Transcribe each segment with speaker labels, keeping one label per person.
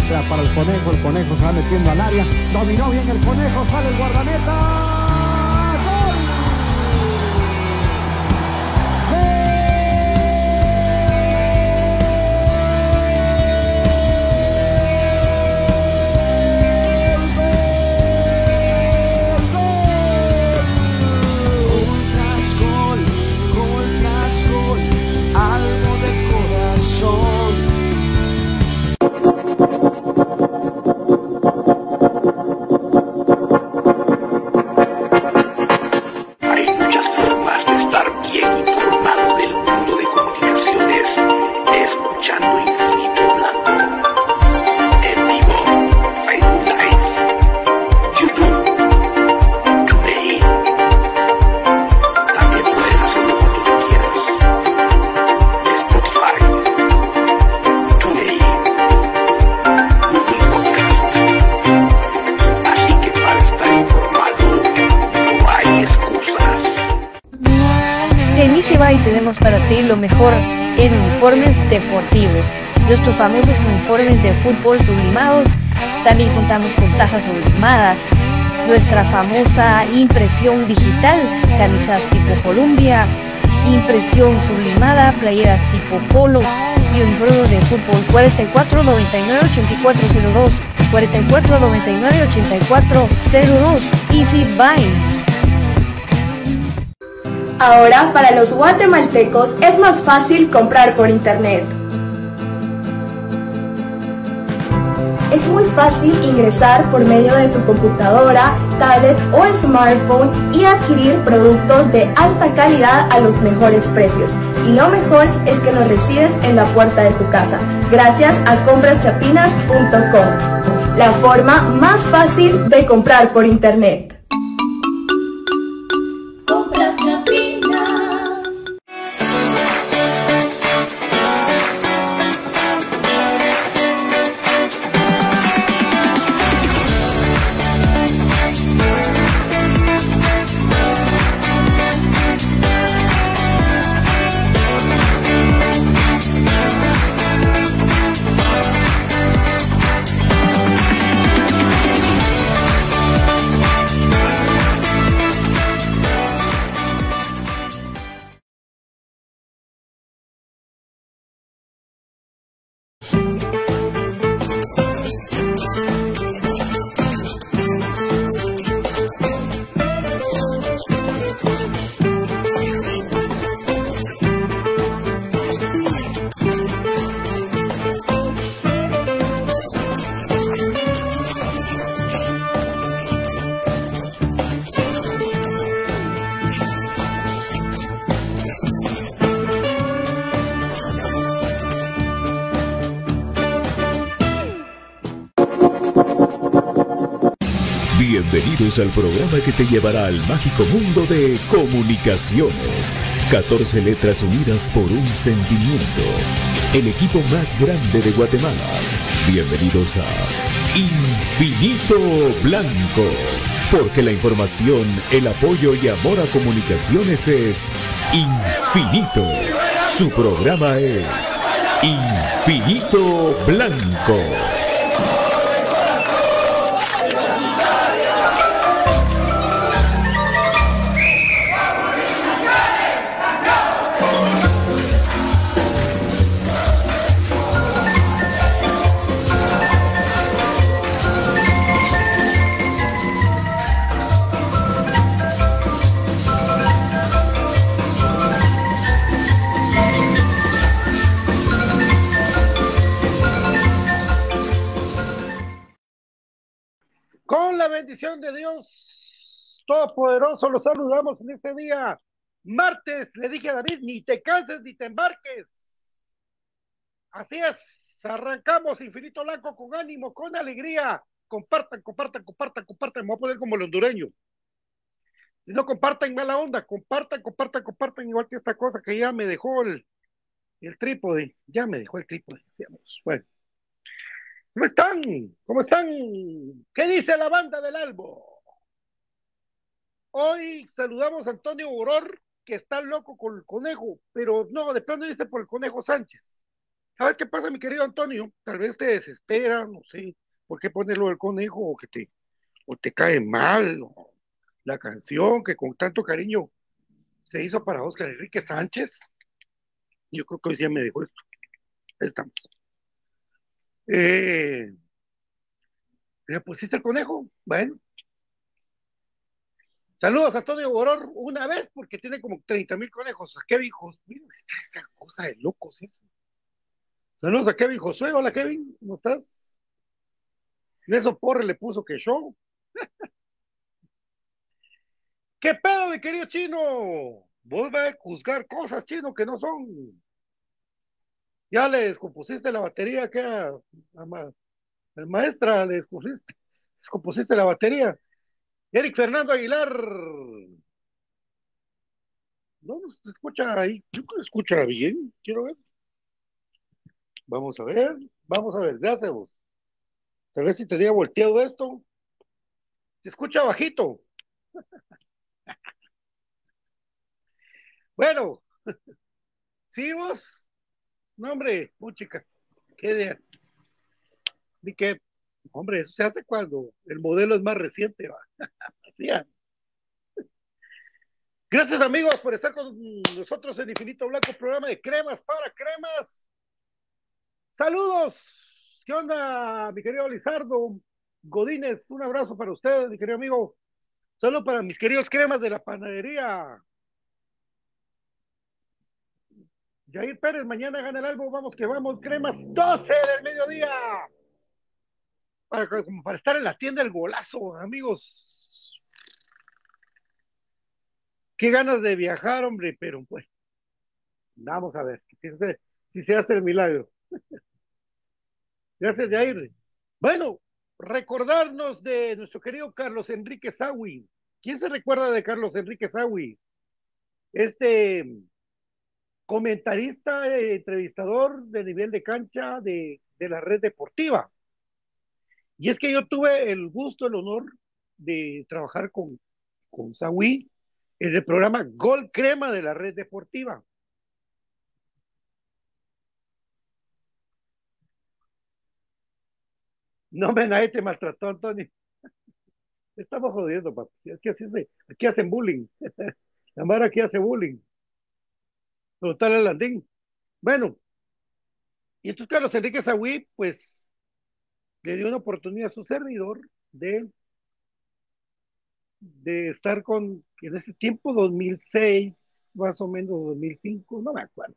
Speaker 1: entra para el Conejo se va metiendo al área, dominó bien el Conejo, sale el guardameta.
Speaker 2: Y tenemos para ti lo mejor en uniformes deportivos. Nuestros famosos uniformes de fútbol sublimados. También contamos con tazas sublimadas. Nuestra famosa impresión digital, camisas tipo Columbia, impresión sublimada, playeras tipo polo y uniformes de fútbol 4499-8402, 4499-8402, Easy Buy.
Speaker 3: Ahora, para los guatemaltecos es más fácil comprar por internet. Es muy fácil ingresar por medio de tu computadora, tablet o smartphone y adquirir productos de alta calidad a los mejores precios. Y lo mejor es que los recibes en la puerta de tu casa, gracias a compraschapinas.com, la forma más fácil de comprar por internet.
Speaker 4: Bienvenidos al programa que te llevará al mágico mundo de comunicaciones. 14 letras unidas por un sentimiento. El equipo más grande de Guatemala. Bienvenidos a Infinito Blanco. Porque la información, el apoyo y amor a comunicaciones es infinito. Su programa es Infinito Blanco.
Speaker 1: Bendición de Dios Todopoderoso, los saludamos en este día, martes. Le dije a David, ni te canses ni te embarques. Así es, arrancamos Infinito Blanco con ánimo, con alegría. Compartan, compartan, compartan, compartan. Me voy a poner como el hondureño. Si no compartan, mala onda. Compartan, compartan, compartan. Igual que esta cosa que ya me dejó el trípode. Ya me dejó el trípode. Decíamos. Bueno. ¿Cómo están? ¿Cómo están? ¿Qué dice la banda del Albo? Hoy saludamos a Antonio Boror, que está loco con el Conejo, pero no, de plano dice por el Conejo Sánchez. ¿Sabes qué pasa, mi querido Antonio? Tal vez te desespera, no sé, por qué ponerlo del conejo, o te cae mal, o la canción que con tanto cariño se hizo para Oscar Enrique Sánchez. Yo creo que hoy sí me dejó esto. Ahí estamos. Eh, ¿Le pusiste el conejo? Bueno, saludos a Antonio Boror una vez porque tiene como 30,000 conejos. A Kevin Josué, mira, está esa cosa de locos eso. Saludos a Kevin Josué. Hola Kevin, ¿cómo estás? Nelson Porre le puso que show. ¿Qué pedo, mi querido chino? Vos vas a juzgar cosas, chino, que no son. Ya le descompusiste la batería que el maestra, descompusiste la batería. Eric Fernando Aguilar. No, no se escucha ahí. Yo creo que escucha bien. Quiero ver. Vamos a ver. Vamos a ver. Gracias vos. Tal vez si te diga volteado esto. Se escucha bajito. Bueno, sí vos. No, hombre, chica. Qué de, ni que, hombre, eso se hace cuando el modelo es más reciente, va. Así es. Gracias amigos por estar con nosotros en Infinito Blanco, programa de cremas para cremas. Saludos. ¿Qué onda, mi querido Lizardo Godínez? Un abrazo para usted, mi querido amigo. Saludos para mis queridos cremas de la panadería. Jair Pérez, mañana gana el álbum, vamos que vamos, cremas 12 del mediodía. Como para estar en la tienda el golazo, amigos. Qué ganas de viajar, hombre, pero pues, vamos a ver si se hace el milagro. Gracias, Jair. Bueno, recordarnos de nuestro querido Carlos Enrique Sawi. ¿Quién se recuerda de Carlos Enrique Sawi? Este comentarista, entrevistador de nivel de cancha de la red deportiva. Y es que yo tuve el gusto, el honor de trabajar con Sawi en el programa Gol Crema de la red deportiva. No me nadie te maltrató, Antonio. Estamos jodiendo, papi. Es que aquí hacen bullying. La madre aquí hace bullying. Total el landín. Bueno, y entonces Carlos Enrique Sagüí, pues, le dio una oportunidad a su servidor de estar en ese tiempo, 2006, más o menos 2005, no me acuerdo,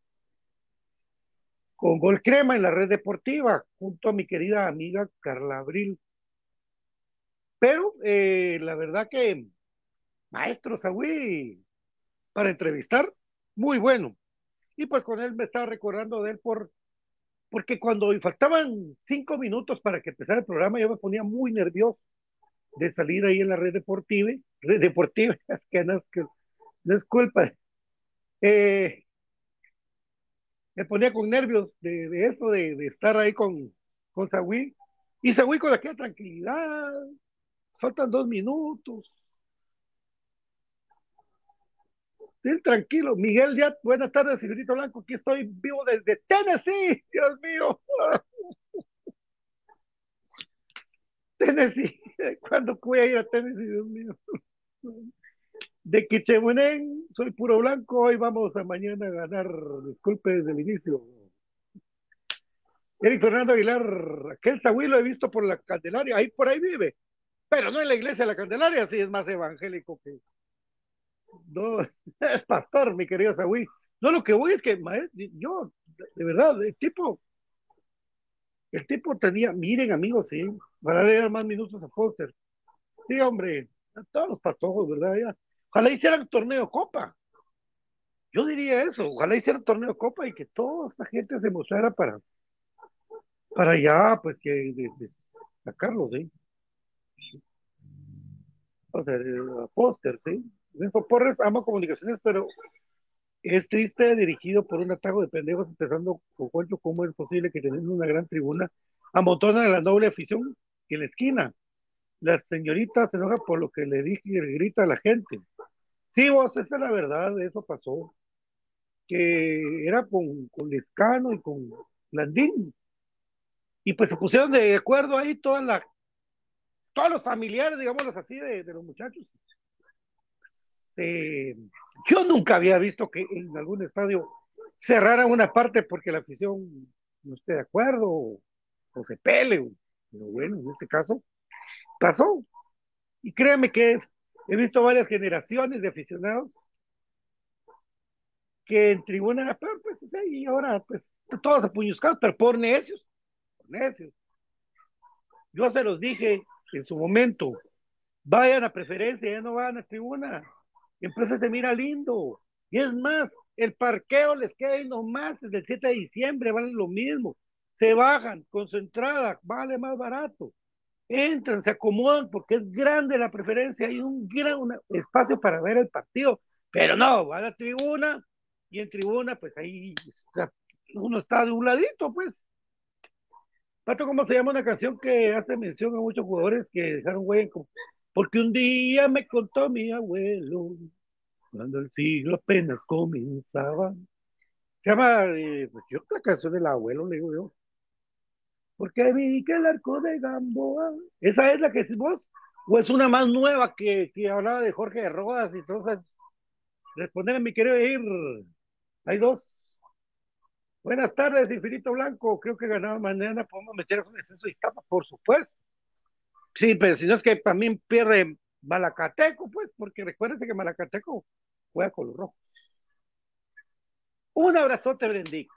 Speaker 1: con Gol Crema en la red deportiva, junto a mi querida amiga Carla Abril. Pero la verdad que, maestro Sagüí, para entrevistar, muy bueno. Y pues con él me estaba recordando de él porque cuando faltaban 5 minutos para que empezara el programa, yo me ponía muy nervioso de salir ahí en la red deportiva, es que no es culpa. Eh, Me ponía con nervios de eso, de estar ahí con Sagüí. Y Sagüí con aquella tranquilidad, faltan 2 minutos. Sí, tranquilo. Miguel Díaz, buenas tardes, Cibrito Blanco. Aquí estoy vivo desde Tennessee. Dios mío. Tennessee. ¿Cuándo voy a ir a Tennessee, Dios mío? De Quichebuenén, soy puro blanco. Hoy vamos a mañana a ganar. Disculpe desde el inicio. Eric Fernando Aguilar, aquel Sagüí lo he visto por la Candelaria. Ahí por ahí vive. Pero no en la iglesia de la Candelaria, sí es más evangélico que. No, es pastor, mi querido Sagüí. No, lo que voy es que, yo, de verdad, el tipo tenía, miren amigos, sí, para leer más minutos a Foster. Sí, hombre, a todos los patojos, ¿verdad? Ya. Ojalá hicieran torneo Copa. Yo diría eso, ojalá hicieran torneo Copa y que toda esta gente se mostrara para ya, pues que de sacarlos, ¿sí? O sea, a Foster, ¿sí? Nelson Porres ama comunicaciones, pero es triste dirigido por un atajo de pendejos, empezando con cuento cómo es posible que teniendo una gran tribuna amontonan a la noble afición que en la esquina. La señorita se enoja por lo que le dije y le grita a la gente. Sí, vos, esa es la verdad, eso pasó. Que era con Lescano y Landín. Y pues se pusieron de acuerdo ahí todos los familiares, digámoslo así, de los muchachos. Eh, yo nunca había visto que en algún estadio cerraran una parte porque la afición no esté de acuerdo o se pele. Pero bueno, en este caso pasó. Y créanme que he visto varias generaciones de aficionados que en tribuna era peor, pues, y ahora, pues, todos apuñuscados, pero por necios, por necios. Yo se los dije en su momento, vayan a preferencia, ya no van a tribuna. Empresa se mira lindo. Y es más, el parqueo les queda ahí nomás desde el 7 de diciembre, vale lo mismo. Se bajan con su entrada, vale más barato. Entran, se acomodan porque es grande la preferencia, hay un gran espacio para ver el partido, pero no, va a la tribuna y en tribuna, pues ahí uno está de un ladito, pues. Pato, ¿cómo se llama una canción que hace mención a muchos jugadores que dejaron huella? Porque un día me contó mi abuelo, cuando el siglo apenas comenzaba. Se llama, pues yo la canción del abuelo, le digo yo. Porque vi que el arco de Gamboa. ¿Esa es la que decís vos? ¿O es una más nueva que hablaba de Jorge de Rodas y entonces responder a mi querido ir? Hay dos. Buenas tardes, Infinito Blanco. Creo que ganaba mañana. Podemos meter a un exceso de Iztapa, por supuesto. Sí, pero si no es que también pierde Malacateco, pues, porque recuérdense que Malacateco juega con los rojos. Un abrazote, Brendix.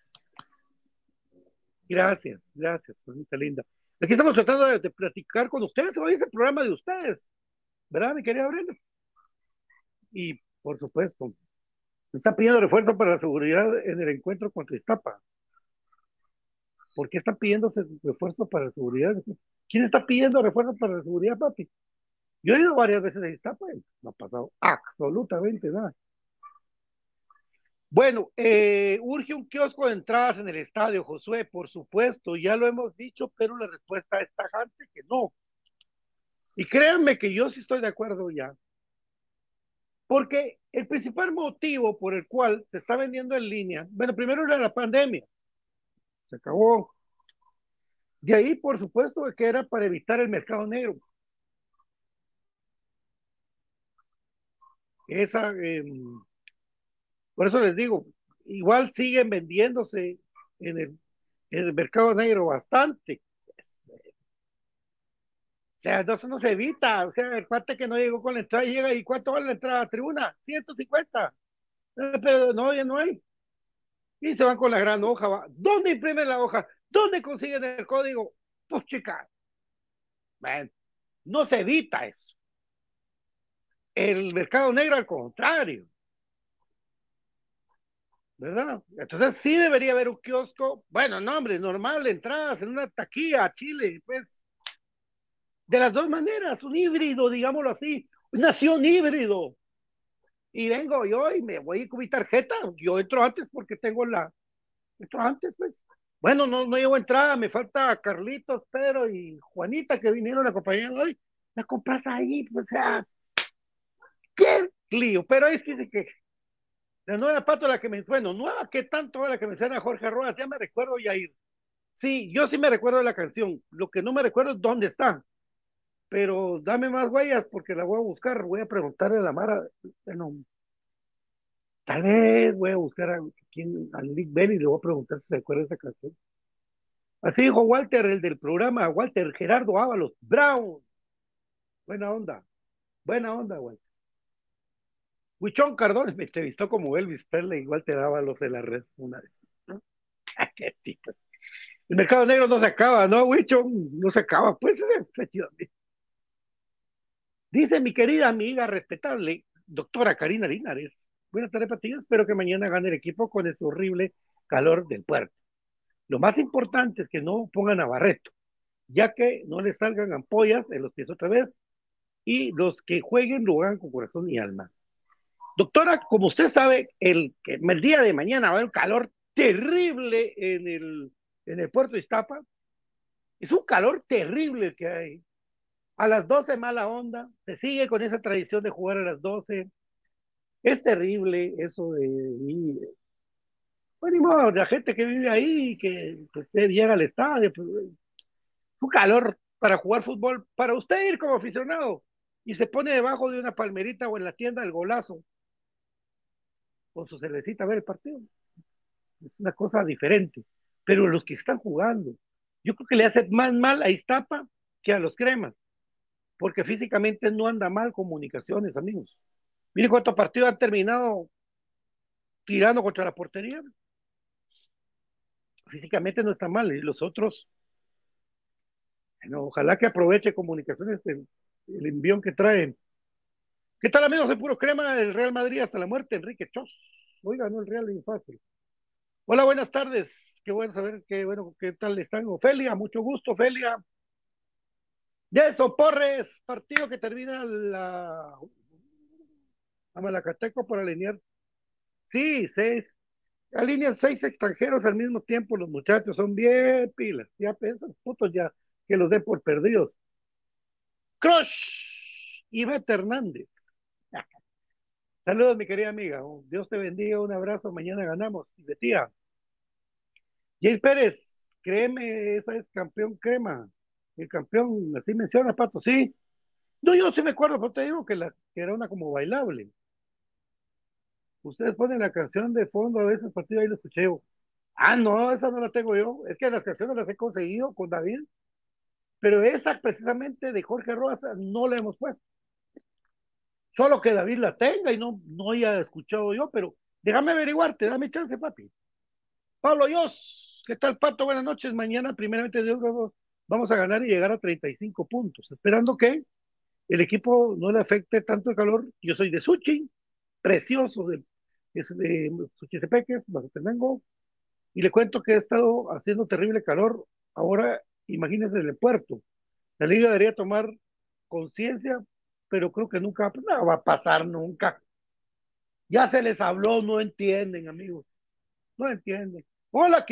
Speaker 1: Gracias, gracias, bonita linda. Aquí estamos tratando de platicar con ustedes, hoy es el programa de ustedes, ¿verdad, mi querida Brenda? Y, por supuesto, está pidiendo refuerzo para la seguridad en el encuentro contra Iztapa. ¿Por qué están pidiendo refuerzo para la seguridad? ¿Quién está pidiendo refuerzo para la seguridad, papi? Yo he ido varias veces a Iztapa y no ha pasado absolutamente nada. Bueno, urge un kiosco de entradas en el estadio, Josué, por supuesto, ya lo hemos dicho, pero la respuesta es tajante que no. Y créanme que yo sí estoy de acuerdo ya. Porque el principal motivo por el cual se está vendiendo en línea, bueno, primero era la pandemia, se acabó. De ahí, por supuesto, que era para evitar el mercado negro. Esa, por eso les digo, igual siguen vendiéndose en el mercado negro bastante. O sea, eso no se evita. O sea, el cuate que no llegó con la entrada llega y ¿cuánto vale la entrada a tribuna? 150. Pero no, ya no hay. Y se van con la gran hoja. ¿Va? ¿Dónde imprimen la hoja? ¿Dónde consiguen el código? Pues chica, man, no se evita eso. El mercado negro al contrario, ¿verdad? Entonces sí debería haber un kiosco, bueno, no, hombre, normal, entradas en una taquilla a Chile, pues, de las dos maneras, un híbrido, digámoslo así, nació un híbrido. Y vengo yo y me voy con mi tarjeta, yo entro antes porque tengo entro antes, pues. Bueno, no llevo entrada, me falta Carlitos, Pedro y Juanita que vinieron a acompañar hoy. La compras ahí, pues, o sea, qué lío. Pero es que dice que la nueva pato la que me, bueno, nueva que tanto la que menciona Jorge Rodas, ya me recuerdo Yair. Sí, yo sí me recuerdo de la canción, lo que no me recuerdo es dónde está, pero dame más huellas porque la voy a buscar, voy a preguntarle a la Mara, bueno, tal vez voy a buscar al Nick Bell y le voy a preguntar si se acuerda de esa canción. Así dijo Walter, el del programa, Walter Gerardo Ábalos, Brown, buena onda, Walter. Huichón Cardón me entrevistó como Elvis Presley, Walter Ábalos de la red una vez. ¿No? Qué tipo. El mercado negro no se acaba, ¿no, Huichón? No se acaba, pues, dice mi querida amiga respetable, doctora Karina Linares. Buenas tardes para ti, espero que mañana gane el equipo con ese horrible calor del puerto. Lo más importante es que no pongan a Barreto, ya que no le salgan ampollas en los pies otra vez y los que jueguen lo hagan con corazón y alma. Doctora, como usted sabe, el día de mañana va a haber un calor terrible en el puerto de Iztapa. Es un calor terrible el que hay. A las 12 mala onda, se sigue con esa tradición de jugar a las 12. Es terrible eso de Pues ni modo, la gente que vive ahí, que pues, llega al estadio, pues, un calor para jugar fútbol, para usted ir como aficionado y se pone debajo de una palmerita o en la tienda del golazo con su cervecita a ver el partido. Es una cosa diferente. Pero los que están jugando, yo creo que le hace más mal a Iztapa que a los Cremas, porque físicamente no anda mal Comunicaciones, amigos. Miren cuántos partidos han terminado tirando contra la portería. Físicamente no está mal. Y los otros, bueno, ojalá que aproveche Comunicaciones el envión que traen. ¿Qué tal, amigos de Puro Crema? El Real Madrid hasta la muerte, Enrique Chos. Hoy ganó el Real bien fácil. Hola, buenas tardes. Qué bueno saber qué bueno, qué tal están. Ofelia, mucho gusto, Ofelia. Jason Porres, partido que termina a Malacateco por alinear. Sí, seis. Alinean seis extranjeros al mismo tiempo. Los muchachos son bien pilas. Ya piensan, putos ya, que los den por perdidos. Crush. Ivette Hernández. Saludos, mi querida amiga. Dios te bendiga. Un abrazo. Mañana ganamos. Y de tía. Jay Pérez, créeme, esa es campeón crema. El campeón, así menciona, Pato, sí. No, yo sí me acuerdo, pero te digo que era una como bailable. Ustedes ponen la canción de fondo a veces, partido ahí lo escuché. Ah, no, esa no la tengo yo. Es que las canciones las he conseguido con David, pero esa precisamente de Jorge Rojas no la hemos puesto. Solo que David la tenga y no haya escuchado yo, pero déjame averiguarte, dame chance, papi. Pablo Yos, ¿qué tal, Pato? Buenas noches. Mañana, primeramente, Dios, vamos a ganar y llegar a 35 puntos, esperando que el equipo no le afecte tanto el calor. Yo soy de Suchi, precioso, es de Suchitepeques, Mazatenango, y le cuento que ha estado haciendo terrible calor. Ahora, imagínense en el puerto. La liga debería tomar conciencia, pero creo que nunca, pues, no va a pasar nunca. Ya se les habló, no entienden, amigos, no entienden. Hola,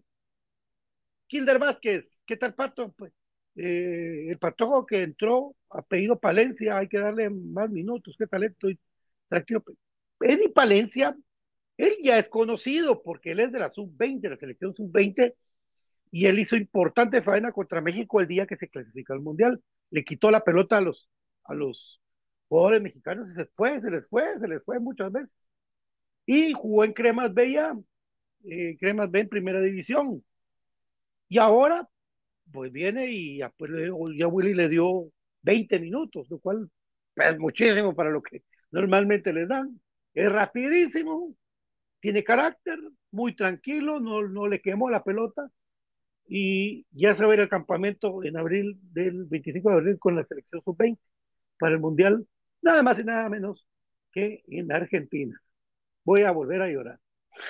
Speaker 1: Kilder Vázquez, ¿qué tal, Pato? Pues el patojo que entró, apellido Palencia, hay que darle más minutos, qué talento, y tranquilo. Eddie Palencia, él ya es conocido porque él es de la sub-20, la selección sub-20, y él hizo importante faena contra México el día que se clasificó al Mundial. Le quitó la pelota a los jugadores mexicanos y se les fue muchas veces. Y jugó en Cremas B ya, Cremas B en primera división. Y ahora pues viene y ya, pues, ya Willy le dio 20 minutos, lo cual es muchísimo para lo que normalmente les dan. Es rapidísimo, tiene carácter, muy tranquilo, no le quemó la pelota y ya se va a ir al campamento en abril, del 25 de abril con la selección sub-20 para el Mundial, nada más y nada menos que en Argentina. Voy a volver a llorar.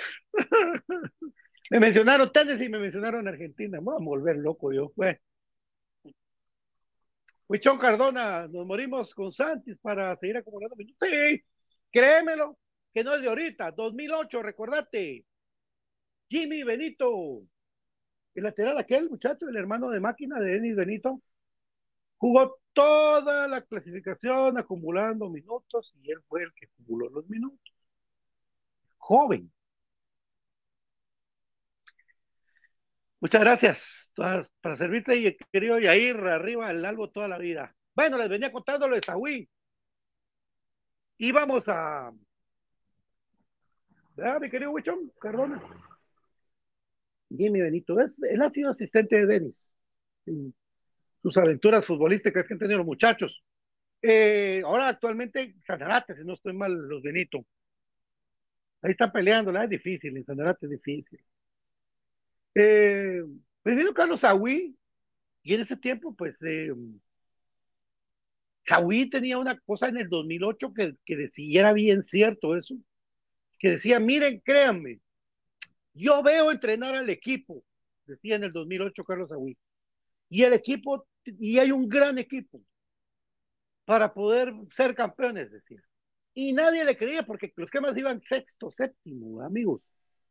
Speaker 1: Me mencionaron tenis y me mencionaron Argentina. Me voy a volver loco yo. Bueno, Huichón Cardona, nos morimos con Santis para seguir acumulando minutos. Sí, créemelo, que no es de ahorita. 2008, recordate. Jimmy Benito, el lateral aquel muchacho, el hermano de máquina de Denis Benito, jugó toda la clasificación acumulando minutos y él fue el que acumuló los minutos. Joven. Muchas gracias para servirte y querido Yair, arriba el albo toda la vida. Bueno, les venía contando lo de Saúl. Íbamos a... ¿Verdad, mi querido Huichón Cardona? Jimmy Benito, él ha sido asistente de Denis en sus aventuras futbolísticas que han tenido los muchachos. Ahora actualmente Sanarate, si no estoy mal, los Benito. Ahí están peleando, es difícil, en Sanarate es difícil. Eh, pues vino Carlos Agüí, y en ese tiempo, pues, Agüí tenía una cosa en el 2008 que decía, era bien cierto eso, que decía, miren, créanme, yo veo entrenar al equipo, decía en el 2008 Carlos Agüí, y el equipo, y hay un gran equipo para poder ser campeones, decía. Y nadie le creía porque los que más iban sexto, séptimo, amigos.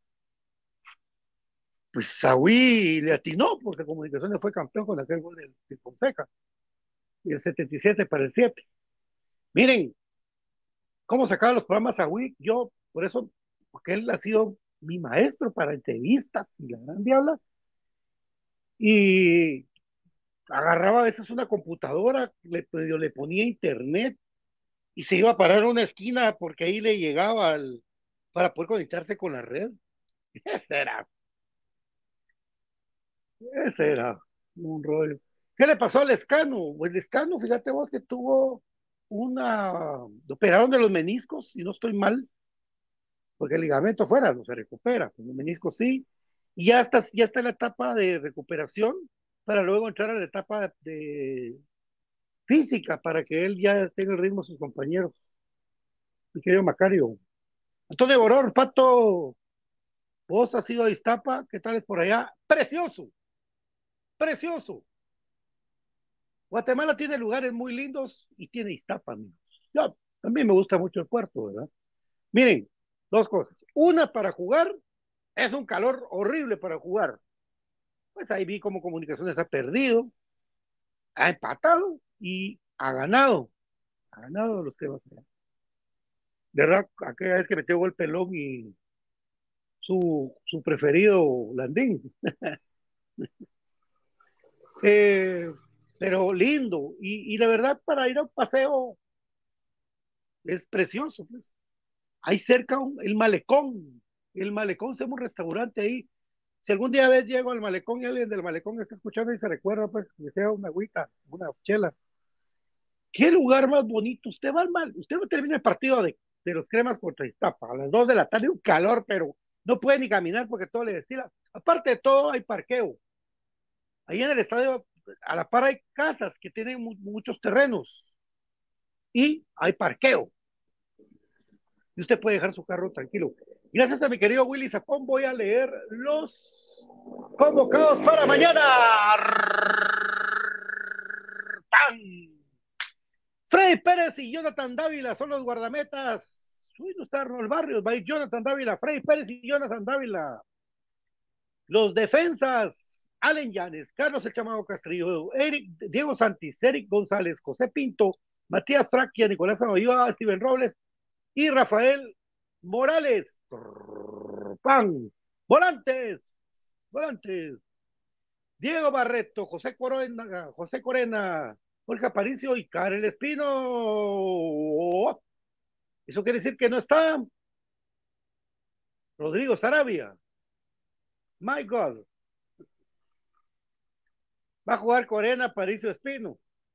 Speaker 1: Pues Saúl le atinó porque Comunicaciones fue campeón con aquel gol de Fonseca, y el 77 para el 7. Miren cómo sacaba los programas Saúl, yo, por eso, porque él ha sido mi maestro para entrevistas y la gran diabla, y agarraba a veces una computadora, le ponía internet y se iba a parar a una esquina porque ahí le llegaba para poder conectarse con la red. Ese era, ese era un rollo. ¿Qué le pasó al Escano? Pues el Escano, fíjate vos que tuvo lo operaron de los meniscos, si no estoy mal, porque el ligamento fuera no se recupera, pues el menisco sí, y ya está en la etapa de recuperación para luego entrar a la etapa de física para que él ya tenga el ritmo de sus compañeros. Mi querido Macario. Antonio Boror, Pato, vos has ido a Iztapa, ¿qué tal es por allá? Precioso, precioso. Guatemala tiene lugares muy lindos y tiene Iztapa, amigos. Yo, a mí me gusta mucho el puerto, ¿verdad? Miren, dos cosas. Una, para jugar, es un calor horrible para jugar. Pues ahí vi cómo Comunicaciones ha perdido, ha empatado y ha ganado. Ha ganado los temas. De verdad, aquella vez que metió gol Pelón y su preferido Landín. Eh, pero lindo. Y la verdad, para ir a un paseo es precioso. Pues. Hay cerca el malecón. El malecón, tenemos un restaurante ahí. Si algún día ves, llego al malecón y alguien del malecón está escuchando y se recuerda, pues, que sea una agüita, una chela. ¿Qué lugar más bonito? Usted va a terminar el partido de los Cremas contra Iztapa a las 2 de la tarde, un calor, pero no puede ni caminar porque todo le destila. Aparte de todo, hay parqueo. Ahí en el estadio, a la par hay casas que tienen muchos terrenos y hay parqueo. Y usted puede dejar su carro tranquilo. Gracias a mi querido Willy Zapón, voy a leer los convocados para mañana. ¡Tan! Freddy Pérez y Jonathan Dávila son los guardametas. Uy, no está Arnold Barrios, va a ir Jonathan Dávila, Freddy Pérez y Jonathan Dávila. Los defensas, Allen Llanes, Carlos El Chamado Castrillo, Diego Santis, Eric González, José Pinto, Matías Fraquia, Nicolás Amayoa, Steven Robles y Rafael Morales. ¡Pam! Volantes, volantes. Diego Barreto, José Corena, Jorge Aparicio y Karel Espino. Eso quiere decir que no está Rodrigo Sarabia. My God. Va a jugar Corena, Aparicio, Espino.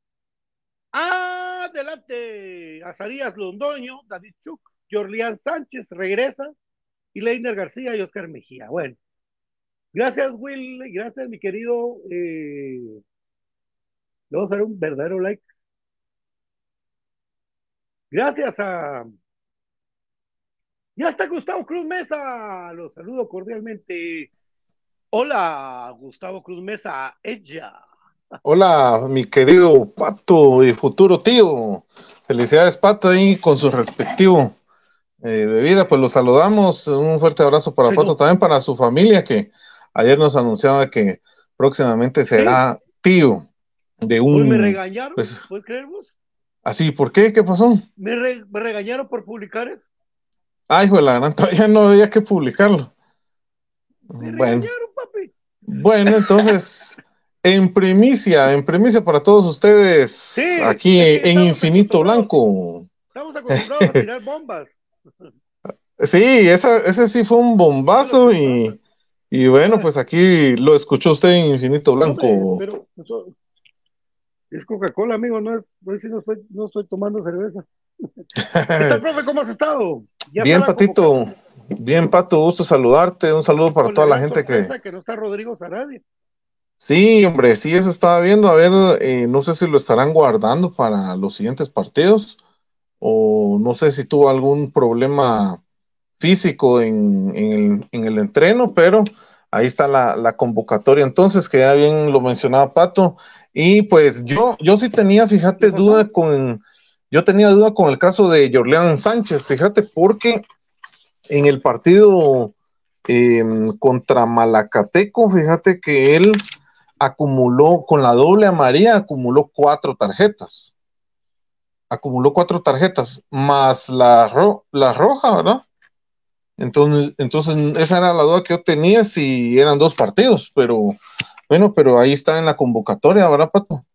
Speaker 1: Adelante. Azarías Londoño, David Chuk, Jorlián Sánchez regresa y Leiner García y Oscar Mejía. Bueno. Gracias, Will. Gracias, mi querido. Le vamos a dar un verdadero like. Gracias a. Ya está Gustavo Cruz Mesa. Los saludo cordialmente. Hola, Gustavo Cruz Mesa. Ella.
Speaker 5: Hola, mi querido Pato y futuro tío. Felicidades, Pato, ahí con su respectivo bebida. Pues los saludamos. Un fuerte abrazo para Pato, también para su familia, que ayer nos anunciaba que próximamente será tío de un.
Speaker 1: Hoy me regañaron, pues, ¿puedes creer vos?
Speaker 5: Así, ¿por qué? ¿Qué pasó?
Speaker 1: Me regañaron por publicar eso.
Speaker 5: Ay, hijo de la gran, todavía no había que publicarlo.
Speaker 1: Me regañaron, papi.
Speaker 5: Bueno, entonces, en primicia para todos ustedes, sí, aquí en Infinito Blanco.
Speaker 1: Estamos acostumbrados a tirar bombas.
Speaker 5: Sí, ese sí fue un bombazo y bueno, pues aquí lo escuchó usted en Infinito Blanco.
Speaker 1: No, pero eso es Coca-Cola, amigo, no estoy tomando cerveza. ¿Qué tal, profe? ¿Cómo has estado?
Speaker 5: Bien, Patito. Bien, Pato, gusto saludarte. Un saludo para toda la gente
Speaker 1: que no está Rodrigo Sarabia.
Speaker 5: Sí, hombre, sí, eso estaba viendo. A ver, no sé si lo estarán guardando para los siguientes partidos o no sé si tuvo algún problema físico en el entreno, pero ahí está la convocatoria entonces, que ya bien lo mencionaba Pato. Y pues yo sí tenía, fíjate, yo tenía duda con el caso de Jorlián Sánchez, fíjate, porque en el partido contra Malacateco, fíjate que él acumuló, con la doble amarilla, acumuló 4 tarjetas. Más la roja, ¿verdad? Entonces esa era la duda que yo tenía si eran 2 partidos, pero bueno, pero ahí está en la convocatoria, ¿verdad, Pato?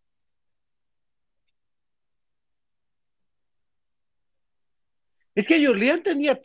Speaker 1: Es que Julián tenía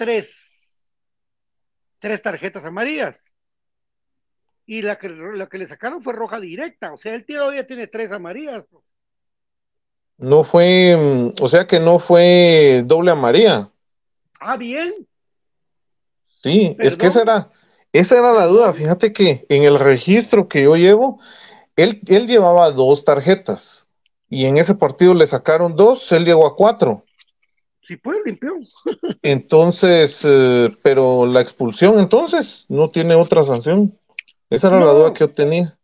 Speaker 1: tres tarjetas amarillas y la que le sacaron fue roja directa, o sea, él todavía tiene tres amarillas.
Speaker 5: No fue, o sea que no fue doble amarilla.
Speaker 1: Ah, bien,
Speaker 5: Sí, es que
Speaker 1: perdón,
Speaker 5: esa era la duda.
Speaker 1: perdón.
Speaker 5: Fíjate que en el registro que yo llevo, él llevaba 2 tarjetas y en ese partido le sacaron 2, él llegó a 4.
Speaker 1: Si puede, limpió.
Speaker 5: Entonces, pero la expulsión entonces no tiene otra sanción. Esa era la duda que
Speaker 1: No,
Speaker 5: yo tenía.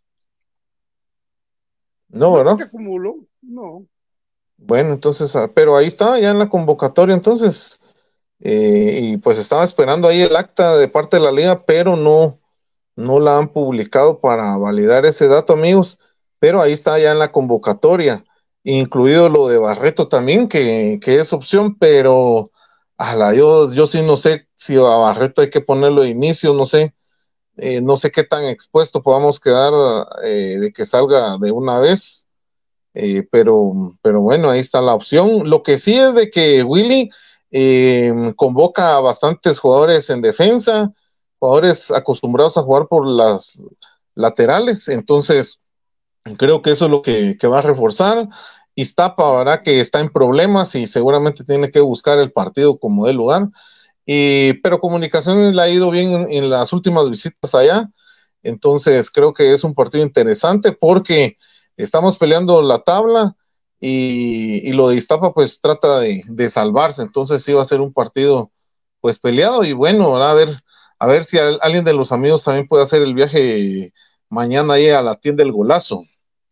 Speaker 5: No,
Speaker 1: no
Speaker 5: ¿verdad?
Speaker 1: porque acumuló, no.
Speaker 5: Bueno, entonces, pero ahí estaba ya en la convocatoria entonces. Y pues estaba esperando ahí el acta de parte de la liga, pero no la han publicado para validar ese dato, amigos, pero ahí está ya en la convocatoria, incluido lo de Barreto también, que es opción, pero yo sí no sé si a Barreto hay que ponerlo de inicio, no sé qué tan expuesto podamos quedar de que salga de una vez, pero bueno, ahí está la opción. Lo que sí es de que Willy convoca a bastantes jugadores en defensa, jugadores acostumbrados a jugar por las laterales, entonces creo que eso es lo que va a reforzar. Iztapa, ¿verdad? Que está en problemas y seguramente tiene que buscar el partido como de lugar. Pero Comunicaciones le ha ido bien en las últimas visitas allá. Entonces creo que es un partido interesante porque estamos peleando la tabla y lo de Iztapa pues trata de salvarse. Entonces sí va a ser un partido pues peleado y bueno, a ver si alguien de los amigos también puede hacer el viaje mañana ahí a la tienda del Golazo.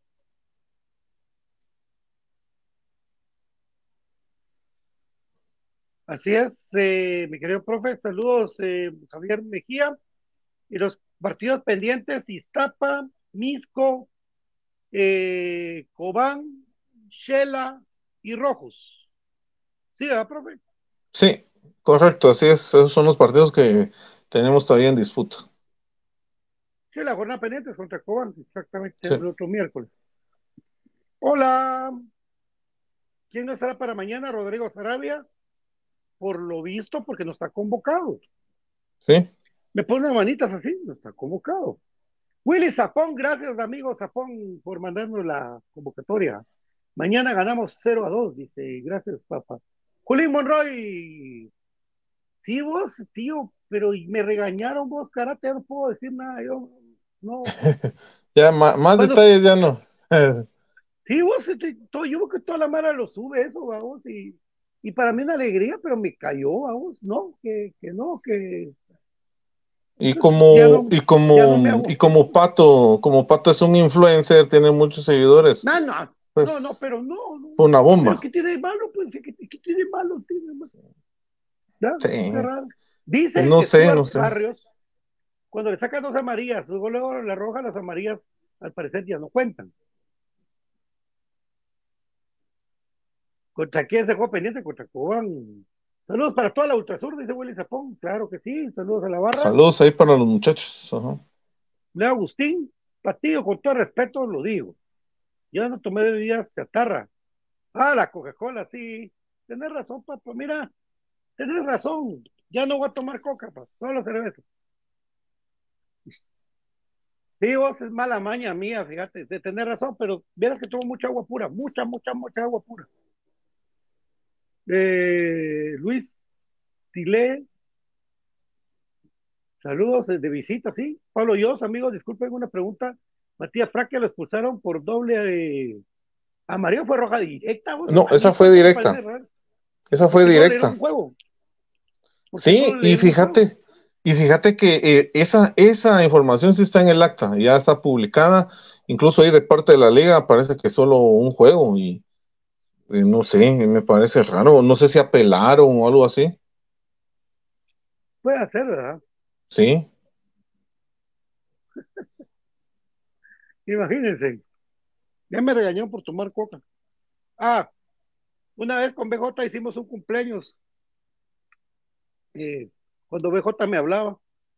Speaker 1: Así es, mi querido profe, saludos, Javier Mejía. Y los partidos pendientes, Iztapa, Misco, Cobán, Shela y Rojos. Sí, ¿verdad, profe?
Speaker 5: Sí, correcto, así es. Esos son los partidos que tenemos todavía en disputa.
Speaker 1: Sí, la jornada pendiente es contra Cobán, exactamente
Speaker 5: Sí.
Speaker 1: el otro miércoles. Hola, ¿quién no estará para mañana? Rodrigo Sarabia, por lo visto, porque no está convocado.
Speaker 5: Sí.
Speaker 1: Me pone unas manitas así, no está convocado. Willy Zapón, gracias amigo Zapón por mandarnos la convocatoria. Mañana ganamos 0-2, dice, gracias papá. Julín Monroy, sí vos, tío, pero me regañaron vos, karate, no puedo decir nada, yo no.
Speaker 5: Ya más
Speaker 1: Cuando,
Speaker 5: detalles ya no.
Speaker 1: sí vos, yo veo que toda la mara lo sube eso, vamos, y para mí una alegría, pero me cayó, vamos, no, que no,
Speaker 5: Y
Speaker 1: ya
Speaker 5: como,
Speaker 1: no,
Speaker 5: y
Speaker 1: ya no me
Speaker 5: como, y
Speaker 1: hago.
Speaker 5: como Pato es un influencer, tiene muchos seguidores,
Speaker 1: No, no, no,
Speaker 5: pues
Speaker 1: pero no, no.
Speaker 5: fue una
Speaker 1: Pero
Speaker 5: bomba.
Speaker 1: ¿qué tiene de malo? Pues, ¿qué tiene de malo? Ya,
Speaker 5: Sí.
Speaker 1: qué raro. Dice
Speaker 5: No
Speaker 1: que
Speaker 5: sé,
Speaker 1: Stuart
Speaker 5: no sé.
Speaker 1: Barrios, cuando le sacan dos amarillas, luego la roja, las amarillas al parecer ya no cuentan. ¿Contra quién se jugó pendiente? Contra Cobán. Saludos para toda la Ultrasur, dice Willy Zapón. Claro que sí. Saludos a la barra.
Speaker 5: Saludos ahí para los muchachos. Ajá.
Speaker 1: Leo Agustín, Patillo, con todo respeto lo digo. Yo no tomé bebidas chatarra. Ah, la Coca-Cola, sí. Tenés razón, papá. Mira, tenés razón. Ya no voy a tomar coca, papá. Solo cerveza. Sí, vos es mala maña mía, fíjate, de tener razón, pero vieras que tomo mucha agua pura, mucha agua pura. Luis Tilé, saludos de visita, sí. Pablo Yos, amigos, disculpen una pregunta. Matías Fraque lo expulsaron por doble amarillo, fue roja directa, vos.
Speaker 5: No,
Speaker 1: A mí
Speaker 5: esa
Speaker 1: eso
Speaker 5: fue
Speaker 1: me parece
Speaker 5: directa.
Speaker 1: raro.
Speaker 5: Esa
Speaker 1: ¿Por
Speaker 5: fue
Speaker 1: qué no le dieron un
Speaker 5: directa.
Speaker 1: juego? ¿Por qué no
Speaker 5: Sí,
Speaker 1: le dieron un juego?
Speaker 5: y fíjate que esa información sí está en el acta, ya está publicada, incluso ahí de parte de la liga parece que solo un juego y no sé, me parece raro, no sé si apelaron o algo así.
Speaker 1: Puede ser, ¿verdad?
Speaker 5: Sí,
Speaker 1: Imagínense, ya me regañó por tomar coca. Ah, una vez con BJ hicimos un cumpleaños. cuando BJ me hablaba.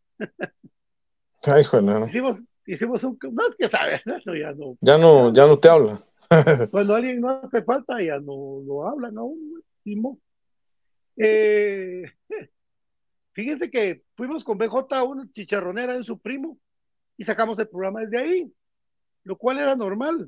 Speaker 5: Ay, joder, no.
Speaker 1: Hicimos no es que sabes, eso
Speaker 5: Ya no te habla.
Speaker 1: cuando alguien no hace falta, ya no lo hablan aún, Timo. Eh, Fíjense que fuimos con BJ a una chicharronera de su primo y sacamos el programa desde ahí, lo cual era normal.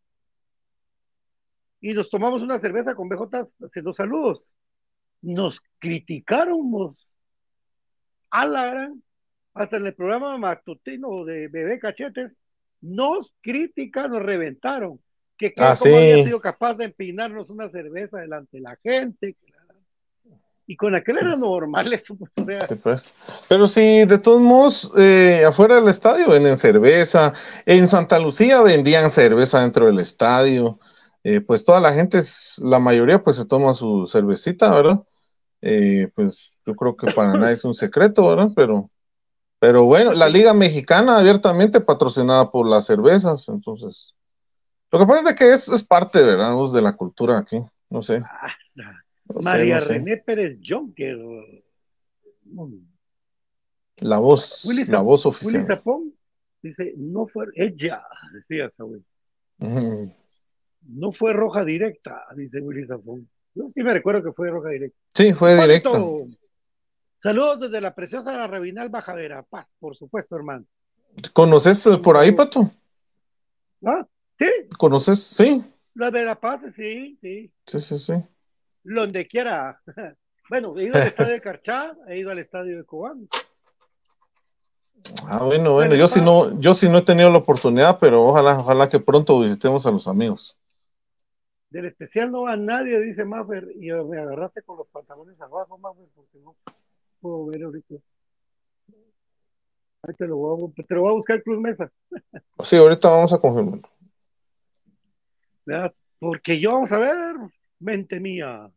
Speaker 1: Y nos tomamos una cerveza con BJ haciendo saludos. Nos criticaron, a la gran, hasta en el programa matutino de Bebé Cachetes, nos critican, nos reventaron.
Speaker 5: Ah,
Speaker 1: Cómo había
Speaker 5: sí.
Speaker 1: sido capaz de empinarnos una cerveza delante de la gente. Y con aquel era normal eso. O sea,
Speaker 5: Sí, pues. Pero sí, de todos modos, afuera del estadio venden cerveza. En Santa Lucía vendían cerveza dentro del estadio. Pues toda la gente, la mayoría, pues se toma su cervecita, ¿verdad? Pues yo creo que para nadie es un secreto, ¿verdad? Pero bueno,
Speaker 1: pues
Speaker 5: la
Speaker 1: sí.
Speaker 5: Liga Mexicana abiertamente patrocinada por las cervezas, entonces. Lo que pasa es de que es parte, ¿verdad? De la cultura aquí. No sé,
Speaker 1: Ah,
Speaker 5: no sé, no
Speaker 1: María
Speaker 5: sé.
Speaker 1: René Pérez Jonker.
Speaker 5: La voz
Speaker 1: Willy
Speaker 5: oficial.
Speaker 1: Zapón dice, no fue ella, decía Saúl.
Speaker 5: Ujú.
Speaker 1: No fue roja directa, dice Willy Zapón. Yo sí me recuerdo que fue roja directa.
Speaker 5: Sí, fue directa.
Speaker 1: Hipólito, saludos desde la preciosa Rabinal Bajadera. Paz, por supuesto, hermano.
Speaker 5: ¿Conoces
Speaker 1: Con
Speaker 5: por
Speaker 1: mucho
Speaker 5: ahí,
Speaker 1: gusto.
Speaker 5: Pato?
Speaker 1: ¿Ah? Sí,
Speaker 5: ¿Conoces? Sí,
Speaker 1: la de La Paz, sí, sí.
Speaker 5: sí, sí, sí.
Speaker 1: Donde quiera. Bueno, he ido al estadio de Carchá, he ido al estadio de Cobán.
Speaker 5: Ah, bueno,
Speaker 1: De
Speaker 5: bueno,
Speaker 1: La Paz,
Speaker 5: yo sí no he tenido la oportunidad, pero ojalá que pronto visitemos a los amigos.
Speaker 1: del especial no va nadie, dice Maffer, y me agarraste con los pantalones abajo, Maffer, porque no puedo ver ahorita. Ahí te lo voy a buscar Cruz Mesa,
Speaker 5: Sí, ahorita vamos a confirmar.
Speaker 1: ¿verdad? Porque yo, vamos a ver, mente mía,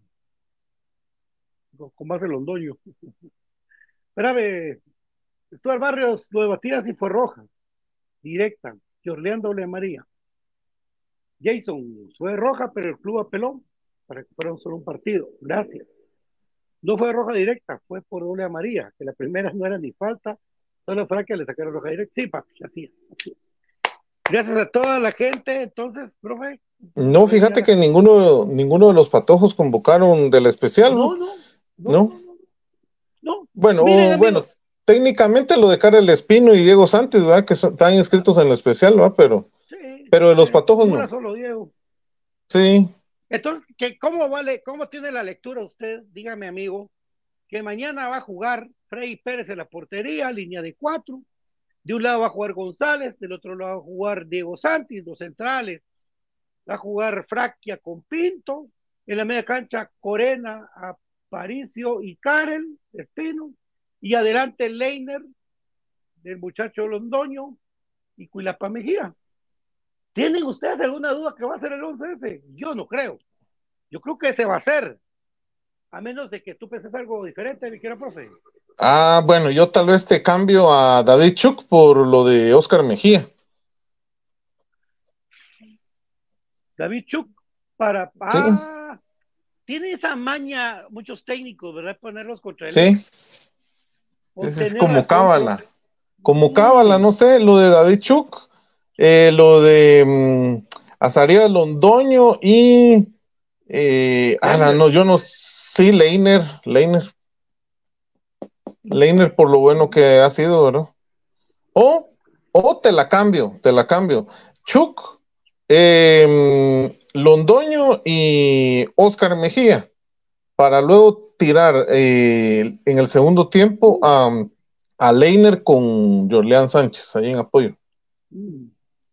Speaker 1: con más el Londoño. Espérame, Stuart Barrios, lo de Batidas y fue roja, directa, Jorleán doble María. Jason, fue roja, pero el club apeló para que fuera solo un partido. Gracias. No fue roja directa, fue por doble amarilla, que la primera no era ni falta, solo fue que le sacaron roja directa. Sí, papi, así es, así es. Gracias a toda la gente, entonces, profe,
Speaker 5: No,
Speaker 1: bueno, ya
Speaker 5: fíjate
Speaker 1: la...
Speaker 5: que ninguno de los patojos convocaron del especial,
Speaker 1: No,
Speaker 5: ¿no?
Speaker 1: no, no,
Speaker 5: ¿No?
Speaker 1: no, no, no.
Speaker 5: Bueno,
Speaker 1: Miren,
Speaker 5: bueno,
Speaker 1: amigos,
Speaker 5: técnicamente lo de Karel Espino y Diego Santos, ¿verdad? Que están inscritos en el especial, ¿verdad?
Speaker 1: sí,
Speaker 5: Pero de los patojos
Speaker 1: una
Speaker 5: no.
Speaker 1: solo, Diego.
Speaker 5: Sí,
Speaker 1: Entonces, ¿cómo tiene la lectura usted? Dígame, amigo, que mañana va a jugar Freddy Pérez en la portería, línea de cuatro. De un lado va a jugar González, del otro lado va a jugar Diego Santis, los centrales. Va a jugar Fraquia con Pinto. En la media cancha, Corena, Aparicio y Karel Espino. Y adelante Leiner, del muchacho Londoño y Cuilapa Mejía. ¿Tienen ustedes alguna duda que va a ser el 11 ese? Yo no creo. Yo creo que ese va a ser. A menos de que tú penses algo diferente, mi querido profe.
Speaker 5: ah, bueno, yo tal vez te cambio a David Chuk por lo de Oscar Mejía.
Speaker 1: David Chuk para...
Speaker 5: Sí,
Speaker 1: tiene esa maña muchos técnicos, ¿verdad? Ponerlos contra el
Speaker 5: sí,
Speaker 1: ex. O
Speaker 5: es
Speaker 1: tenerlo
Speaker 5: como
Speaker 1: de pronto.
Speaker 5: cábala. Como cábala, no sé, lo de David Chuk, lo de Azarías Londoño y
Speaker 1: Leiner.
Speaker 5: no, yo no, sí, Leiner por lo bueno que ha sido, ¿verdad? O, o te la cambio. Chuk, Londoño y Oscar Mejía, para luego tirar en el segundo tiempo a Leiner con Jorleán Sánchez ahí en apoyo.
Speaker 1: Mm.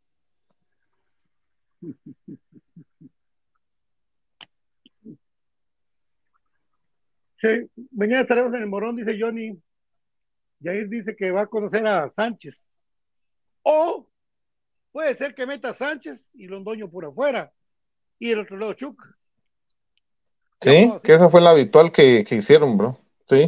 Speaker 1: Sí, mañana estaremos en el Morón, dice Johnny. Jair dice que va a conocer a Sánchez. O puede ser que meta a Sánchez y Londoño por afuera. Y el otro lado Chuk. Yo lo veo
Speaker 5: Sí, que
Speaker 1: así.
Speaker 5: esa fue la habitual que hicieron, bro. Sí,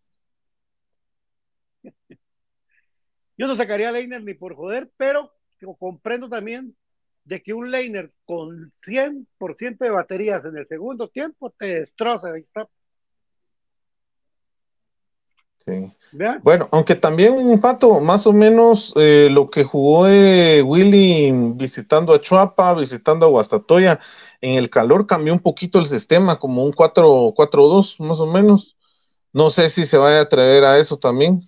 Speaker 1: Yo no sacaría a Leiner ni por joder, pero comprendo también de que un Leiner con 100% de baterías en el segundo tiempo te destroza. Ahí está.
Speaker 5: Sí.
Speaker 1: ¿Vea?
Speaker 5: Bueno, aunque también, Pato, más o menos lo que jugó Willy visitando a Chuapa, visitando a Guastatoya, en el calor cambió un poquito el sistema, como un 4-4-2 más o menos. No sé si se vaya a atrever a eso también.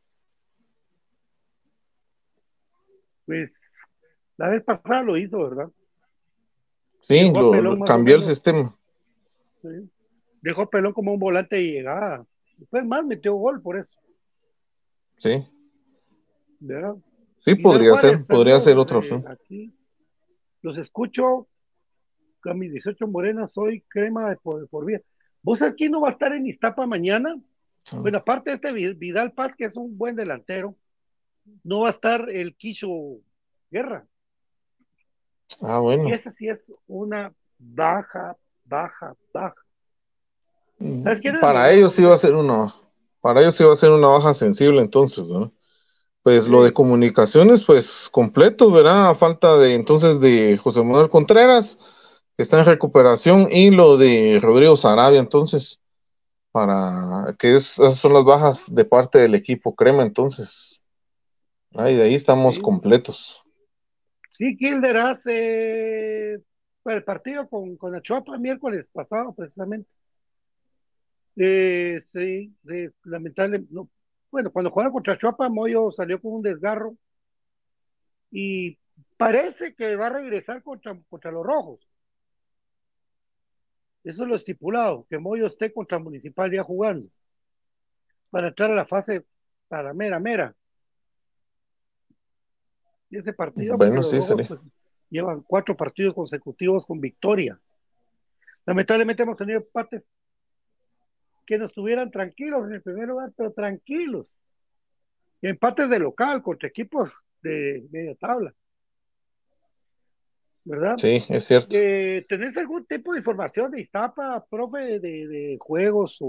Speaker 1: Pues la vez pasada lo hizo, ¿verdad?
Speaker 5: Sí,
Speaker 1: Dejó a Pelón más o
Speaker 5: cambió el
Speaker 1: menos,
Speaker 5: sistema.
Speaker 1: ¿sí? Dejó a Pelón como un volante de llegada. Después más metió gol por eso,
Speaker 5: Sí,
Speaker 1: ¿verdad?
Speaker 5: sí,
Speaker 1: Vidal Juárez,
Speaker 5: podría
Speaker 1: saludos
Speaker 5: ser otra
Speaker 1: desde
Speaker 5: opción.
Speaker 1: aquí. Los escucho a mis 18 morenas, soy crema por vida. ¿Vos sabés quién no va a estar en Iztapa mañana?
Speaker 5: Sí.
Speaker 1: Bueno, aparte de este Vidal Paz, que es un buen delantero, no va a estar el Quicho Guerra.
Speaker 5: Ah,
Speaker 1: Y
Speaker 5: bueno.
Speaker 1: esa sí es una baja, baja, baja. ¿Sabes quién es?
Speaker 5: Para ellos sí va a ser una baja sensible entonces, ¿no? Pues lo de
Speaker 1: Sí,
Speaker 5: comunicaciones, pues completo, ¿verdad? A falta de entonces de José Manuel Contreras, que está en recuperación, y lo de Rodrigo Sarabia, entonces, esas son las bajas de parte del equipo Crema, entonces. Y de ahí estamos
Speaker 1: sí.
Speaker 5: completos.
Speaker 1: Sí, Kilder hace el partido con la Chuapa miércoles pasado, precisamente. Sí, lamentable. No. Bueno, cuando jugaron contra Chuapa, Moyo salió con un desgarro y parece que va a regresar contra los Rojos. Eso es lo estipulado, que Moyo esté contra Municipal ya jugando, para entrar a la fase para mera, mera. Y ese partido, porque
Speaker 5: Bueno,
Speaker 1: los
Speaker 5: sí,
Speaker 1: Rojos
Speaker 5: sería.
Speaker 1: pues, llevan 4 partidos consecutivos con victoria. Lamentablemente hemos tenido empates que nos tuvieran tranquilos en el primer lugar, pero tranquilos. Y empates de local contra equipos de media tabla, ¿verdad?
Speaker 5: Sí, es cierto.
Speaker 1: ¿Tenés algún tipo de información de Iztapa, profe, de juegos?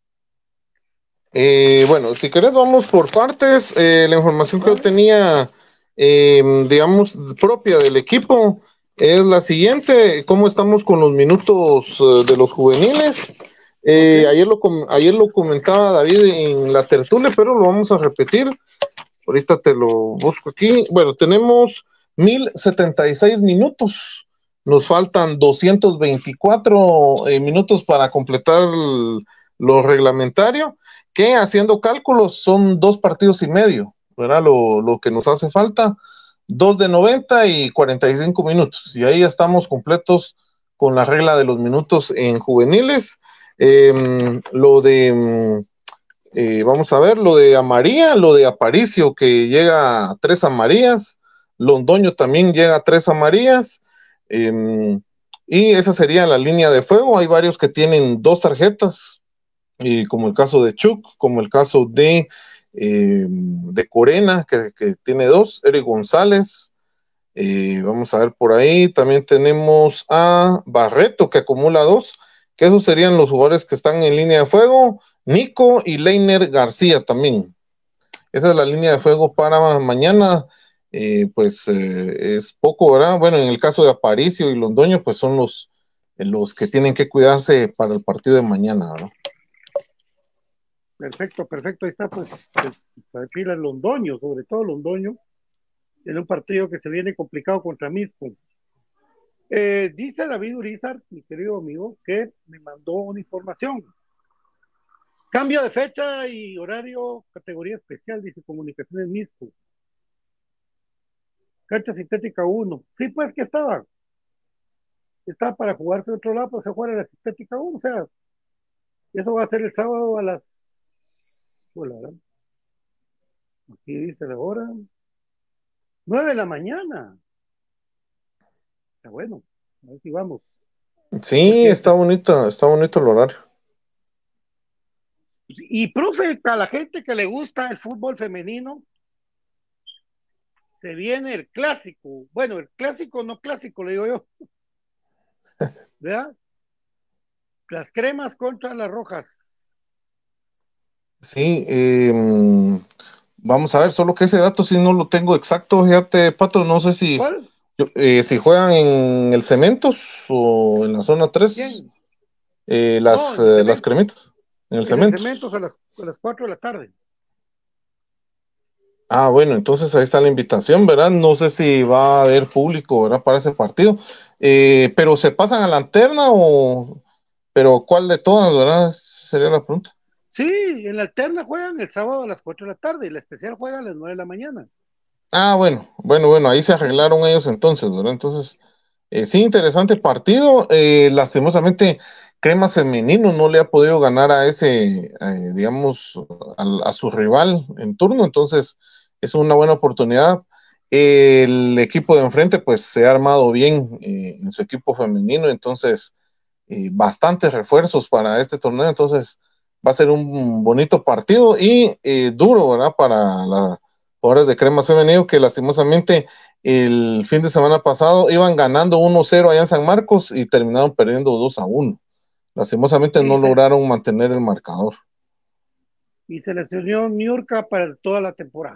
Speaker 5: Bueno, si querés vamos por partes. La información que yo
Speaker 1: Ajá,
Speaker 5: tenía, digamos, propia del equipo es la siguiente. ¿Cómo estamos con los minutos de los juveniles?
Speaker 1: ok,
Speaker 5: Ayer lo comentaba David en la tertulia, pero lo vamos a repetir. Ahorita te lo busco aquí. Bueno, tenemos 1076 minutos. Nos faltan 224 minutos para completar lo reglamentario, que haciendo cálculos son 2 partidos y medio, ¿verdad? Lo que nos hace falta, 2 de 90 y 45 minutos. Y ahí ya estamos completos con la regla de los minutos en juveniles. Lo de vamos a ver lo de Amaría, lo de Aparicio, que llega a 3 amarillas, Londoño también llega a 3 amarillas, y esa sería la línea de fuego. Hay varios que tienen 2 tarjetas, como el caso de Chuck, como el caso de Corena, que tiene 2, Eric González. Vamos a ver por ahí, también tenemos a Barreto, que acumula 2, que esos serían los jugadores que están en línea de fuego. Nico y Leiner García también. Esa es la línea de fuego para mañana. Pues es poco, ¿verdad? Bueno, en el caso de Aparicio y Londoño, pues son los que tienen que cuidarse para el partido de mañana, ¿verdad?
Speaker 1: perfecto, perfecto. Ahí está, pues, perfila Londoño, sobre todo Londoño, en un partido que se viene complicado contra Misco. Dice David Urizar, mi querido amigo, que me mandó una información. Cambio de fecha y horario, categoría especial, dice Comunicaciones Misco. Cancha sintética 1. Sí, pues que estaba para jugarse de otro lado, pues se juega en la sintética 1. O sea, eso va a ser el sábado a las. Hola, ¿verdad? Aquí dice la hora. 9 de la mañana. Está bueno. A ver si vamos.
Speaker 5: Sí,
Speaker 1: Porque,
Speaker 5: está bonito el horario.
Speaker 1: y profe, a la gente que le gusta el fútbol femenino, se viene el clásico. Bueno, el clásico no clásico, le digo yo. ¿Verdad? Las cremas contra las rojas.
Speaker 5: Sí, vamos a ver, solo que ese dato sí no lo tengo exacto, fíjate, Pato, no sé
Speaker 1: ¿Cuál?
Speaker 5: si juegan en el Cementos o en la zona 3,
Speaker 1: ¿Quién? No, en el
Speaker 5: las
Speaker 1: Cementos.
Speaker 5: cremitas, en el
Speaker 1: En el
Speaker 5: Cementos.
Speaker 1: Cementos a las 4 de la tarde.
Speaker 5: Ah, bueno, entonces ahí está la invitación, ¿verdad? No sé si va a haber público, ¿verdad? Para ese partido. Pero ¿se pasan a la lanterna o...? Pero ¿cuál de todas, verdad? Sería la pregunta.
Speaker 1: Sí, en la alterna juegan el sábado a las 4 de la tarde y la especial juega a las 9 de la mañana.
Speaker 5: Ah, bueno, ahí se arreglaron ellos entonces, ¿verdad? Entonces, sí, interesante partido. Lastimosamente, Cremas Femenino no le ha podido ganar a ese, digamos, a su rival en turno, entonces es una buena oportunidad. El equipo de enfrente, pues, se ha armado bien en su equipo femenino, entonces, bastantes refuerzos para este torneo, entonces va a ser un bonito partido y duro, ¿verdad? Para las jugadores de Cremas Femenino que lastimosamente el fin de semana pasado iban ganando 1-0 allá en San Marcos y terminaron perdiendo 2-1. Lastimosamente no
Speaker 1: Y se,
Speaker 5: lograron mantener el marcador.
Speaker 1: y se lesionó Niurka para toda la temporada.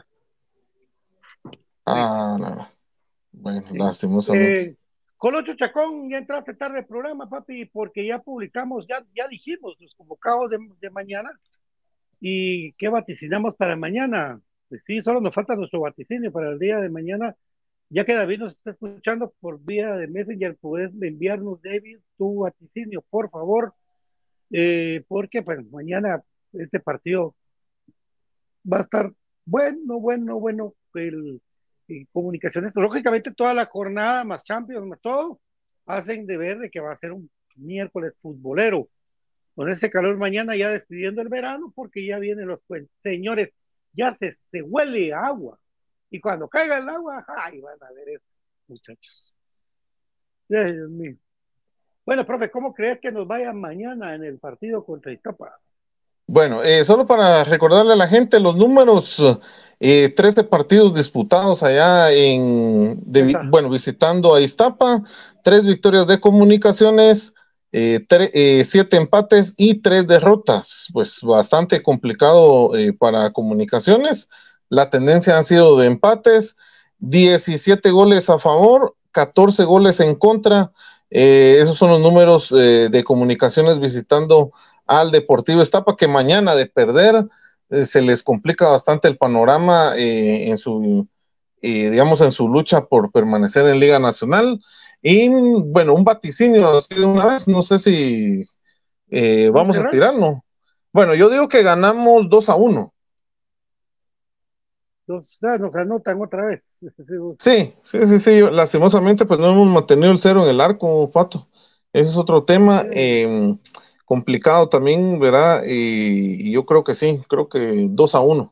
Speaker 1: Bueno,
Speaker 5: Ah, no. Bueno,
Speaker 1: sí.
Speaker 5: lastimosamente.
Speaker 1: Colocho Chacón, ya entraste tarde al programa, papi, porque ya publicamos, ya dijimos los convocados de mañana y qué vaticinamos para mañana. Pues sí, solo nos falta nuestro vaticinio para el día de mañana. Ya que David nos está escuchando por vía de Messenger, puedes enviarnos, David, tu vaticinio, por favor, porque pues mañana este partido va a estar bueno. Comunicaciones, lógicamente toda la jornada, más Champions, más todo, hacen de ver de que va a ser un miércoles futbolero. Con este calor mañana ya despidiendo el verano, porque ya vienen los pues, señores, ya se huele agua. Y cuando caiga el agua, ay, van a ver eso, muchachos. Ay, Dios mío. Bueno, profe, ¿cómo crees que nos vaya mañana en el partido contra Iztapa?
Speaker 5: Bueno, solo para recordarle a la gente los números, 13 partidos disputados allá
Speaker 1: Ahí está.
Speaker 5: bueno, visitando a Iztapa, 3 victorias de Comunicaciones, 7 empates y 3 derrotas. Pues bastante complicado para Comunicaciones. La tendencia han sido de empates, 17 goles a favor, 14 goles en contra. Esos son los números de Comunicaciones visitando al Deportivo Estapa, que mañana de perder se les complica bastante el panorama digamos, en su lucha por permanecer en Liga Nacional. Y bueno, un vaticinio así de una vez, no sé si vamos a
Speaker 1: Monterrey,
Speaker 5: tirarlo. Bueno, yo digo que ganamos 2-1.
Speaker 1: nos anotan otra vez.
Speaker 5: Sí, lastimosamente pues no hemos mantenido el cero en el arco, Pato. Ese es otro tema complicado también, ¿verdad? Y yo creo que sí, creo que 2-1.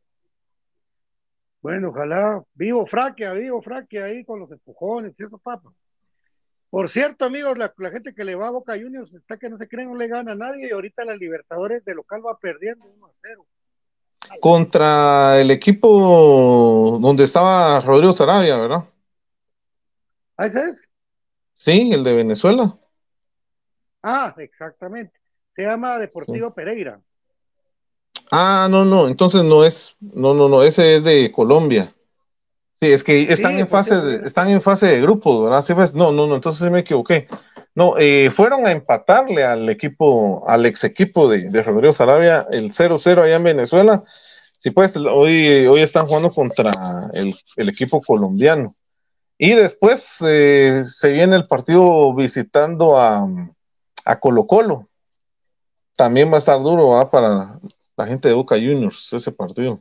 Speaker 1: Bueno, ojalá, vivo fraque ahí con los empujones y eso, papá. Por cierto, amigos, la gente que le va a Boca Juniors está que no se cree, no le gana a nadie y ahorita la Libertadores de local va perdiendo 1-0.
Speaker 5: Contra el equipo donde estaba Rodrigo Sarabia, ¿verdad?
Speaker 1: ¿Ah, ese es?
Speaker 5: Sí, el de Venezuela.
Speaker 1: Ah, exactamente. Se llama
Speaker 5: Sí.
Speaker 1: Deportivo Pereira.
Speaker 5: Ah, no, entonces no, ese es de Colombia. Sí, es que
Speaker 1: Sí, Deportivo Pereira.
Speaker 5: están en fase de grupos, ¿verdad? Sí, pues, no, entonces sí me equivoqué. No, fueron a empatarle al ex equipo de Rodrigo Sarabia, el 0-0 allá en Venezuela. Sí, pues, hoy están jugando contra el equipo colombiano. Y después se viene el partido visitando a Colo Colo. También va a estar duro, ¿va? Para la gente de Boca Juniors ese partido.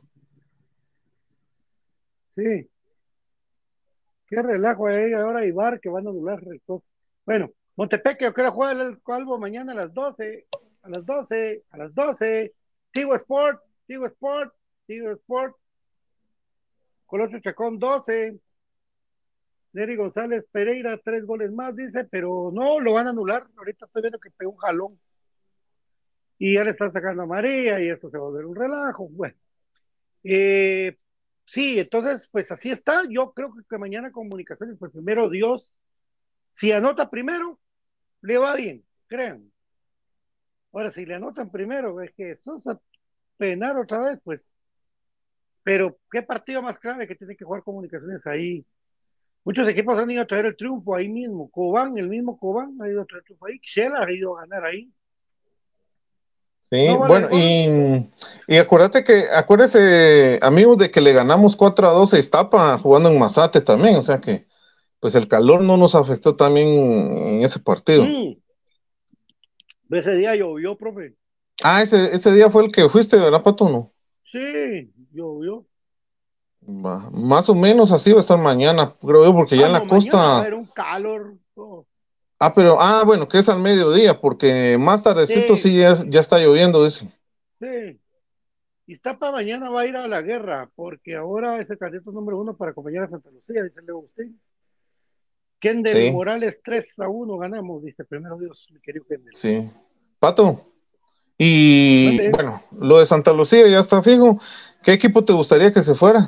Speaker 1: Sí, qué relajo ahí ahora Ibar que van a anular el costo. Bueno, Montepeque, ¿a qué hora juega el Calvo? Mañana a las 12, a las 12. Tigo Sport, Tigo Sport, Tigo Sport, Colosio Chacón 12. Neri González Pereira, 3 goles más, dice, pero no, lo van a anular. Ahorita estoy viendo que pegó un jalón y ya le están sacando a María y esto se va a volver un relajo. Bueno, eh, sí, entonces, pues así está. Yo creo que mañana Comunicaciones, pues primero Dios, si anota primero, le va bien, crean. Ahora, si le anotan primero, es que sos a penar otra vez, pues. Pero qué partido más clave que tiene que jugar Comunicaciones ahí. Muchos equipos han ido a traer el triunfo ahí mismo. Cobán, el mismo Cobán ha ido a traer el triunfo ahí. Shela ha ido a ganar ahí.
Speaker 5: Sí,
Speaker 1: ¿No vale el
Speaker 5: bueno,
Speaker 1: gol?
Speaker 5: y acuérdese, amigos, de que le ganamos 4-2 a Iztapa jugando en Mazate también, o sea que pues el calor no nos afectó también en ese partido.
Speaker 1: Mm, ese día llovió, profe.
Speaker 5: Ah, ese día fue el que fuiste, ¿verdad, Pato? No.
Speaker 1: Sí, llovió.
Speaker 5: Más o menos así va a estar mañana, creo yo, porque ya
Speaker 1: Ah,
Speaker 5: en
Speaker 1: no,
Speaker 5: la
Speaker 1: mañana va a
Speaker 5: costa.
Speaker 1: haber un calor. Oh.
Speaker 5: Bueno, que es al mediodía, porque más tardecito
Speaker 1: Sí,
Speaker 5: sí ya está lloviendo, dice.
Speaker 1: sí. Iztapa mañana va a ir a la guerra, porque ahora es el candidato número 1 para acompañar a Santa Lucía, dice Leo Agustín. Kendall
Speaker 5: Sí,
Speaker 1: Morales 3-1 ganamos, dice primero Dios, mi querido Kendall.
Speaker 5: sí. Pato, y
Speaker 1: Mande,
Speaker 5: bueno, lo de Santa Lucía ya está fijo. ¿Qué equipo te gustaría que se fuera?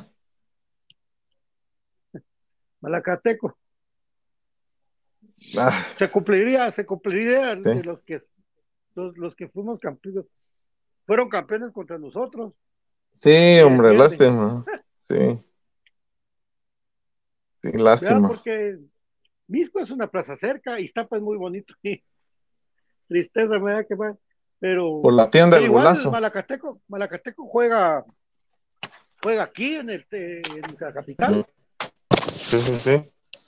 Speaker 1: Malacateco.
Speaker 5: Ah,
Speaker 1: Se cumpliría
Speaker 5: sí,
Speaker 1: de los que fuimos campeones, fueron campeones contra nosotros
Speaker 5: sí,
Speaker 1: y
Speaker 5: hombre,
Speaker 1: descienden.
Speaker 5: lástima. Sí, sí,
Speaker 1: ¿Verdad?
Speaker 5: lástima.
Speaker 1: Porque Misco es una plaza cerca, Iztapa es muy bonito y tristeza me da que va.
Speaker 5: Por
Speaker 1: Pero,
Speaker 5: la tienda
Speaker 1: pero
Speaker 5: del
Speaker 1: igual
Speaker 5: golazo.
Speaker 1: Malacateco juega aquí en la capital.
Speaker 5: Sí, sí, sí.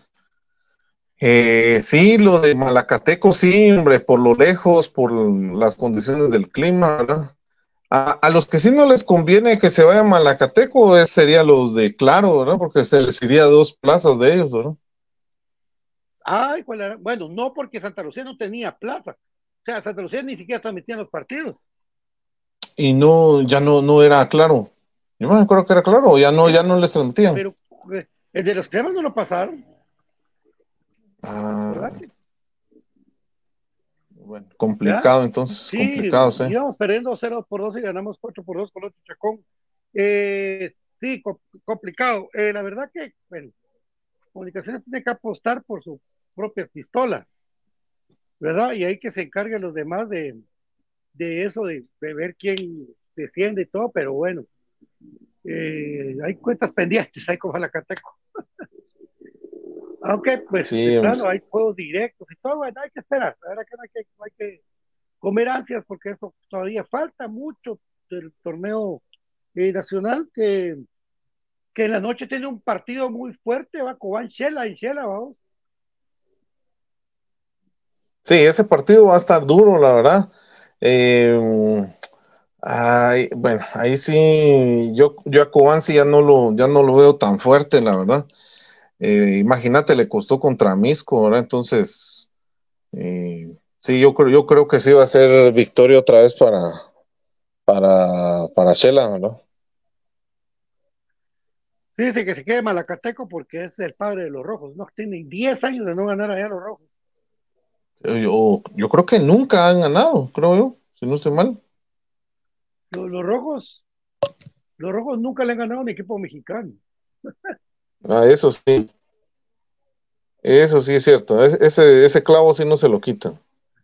Speaker 5: Sí, lo de Malacateco, sí, hombre, por lo lejos, por las condiciones del clima, ¿verdad? A los que sí no les conviene que se vaya a Malacateco sería los de Claro, ¿verdad? Porque se les iría 2 plazas de ellos, ¿verdad?
Speaker 1: Ay, ¿cuál era? Bueno, no porque Santa Lucía no tenía plaza. O sea, Santa Lucía ni siquiera transmitían los partidos.
Speaker 5: Y no, ya no era Claro. Yo me acuerdo que era Claro, ya
Speaker 1: Sí,
Speaker 5: no les transmitían.
Speaker 1: pero el de los cremas no lo pasaron, ¿verdad?
Speaker 5: Ah, bueno,
Speaker 1: ¿Ya?
Speaker 5: complicado entonces,
Speaker 1: Sí,
Speaker 5: complicado, sí.
Speaker 1: íbamos perdiendo 0-2 y ganamos 4-2 con otro Chacón. Sí, complicado. La verdad que, bueno, Comunicaciones tiene que apostar por su propia pistola, ¿verdad? Y hay que se encarguen los demás de eso, de ver quién defiende y todo, pero bueno, hay cuentas pendientes, hay como la Cateco. Aunque, pues, de
Speaker 5: Sí, hombre.
Speaker 1: plano hay juegos directos y todo, bueno, hay que esperar. La verdad que no hay que comer ansias porque eso todavía falta mucho del torneo nacional que en la noche tiene un partido muy fuerte, va Cobán Shela en Shela, vamos.
Speaker 5: Sí, ese partido va a estar duro, la verdad. Eh, bueno, ahí sí, yo a Cobán sí ya no lo veo tan fuerte, la verdad. Imagínate, le costó contra Misco, ¿verdad? Entonces, sí, yo creo que sí va a ser victoria otra vez para Shela, ¿verdad?
Speaker 1: Dice que se quede Malacateco porque es el padre de los rojos, ¿no? Tienen 10 años de no ganar allá los rojos.
Speaker 5: Yo creo que nunca han ganado, creo yo, si no estoy mal.
Speaker 1: Los, los rojos, los rojos nunca le han ganado a un equipo mexicano.
Speaker 5: Ah, eso sí es cierto. Ese clavo sí no se lo quitan.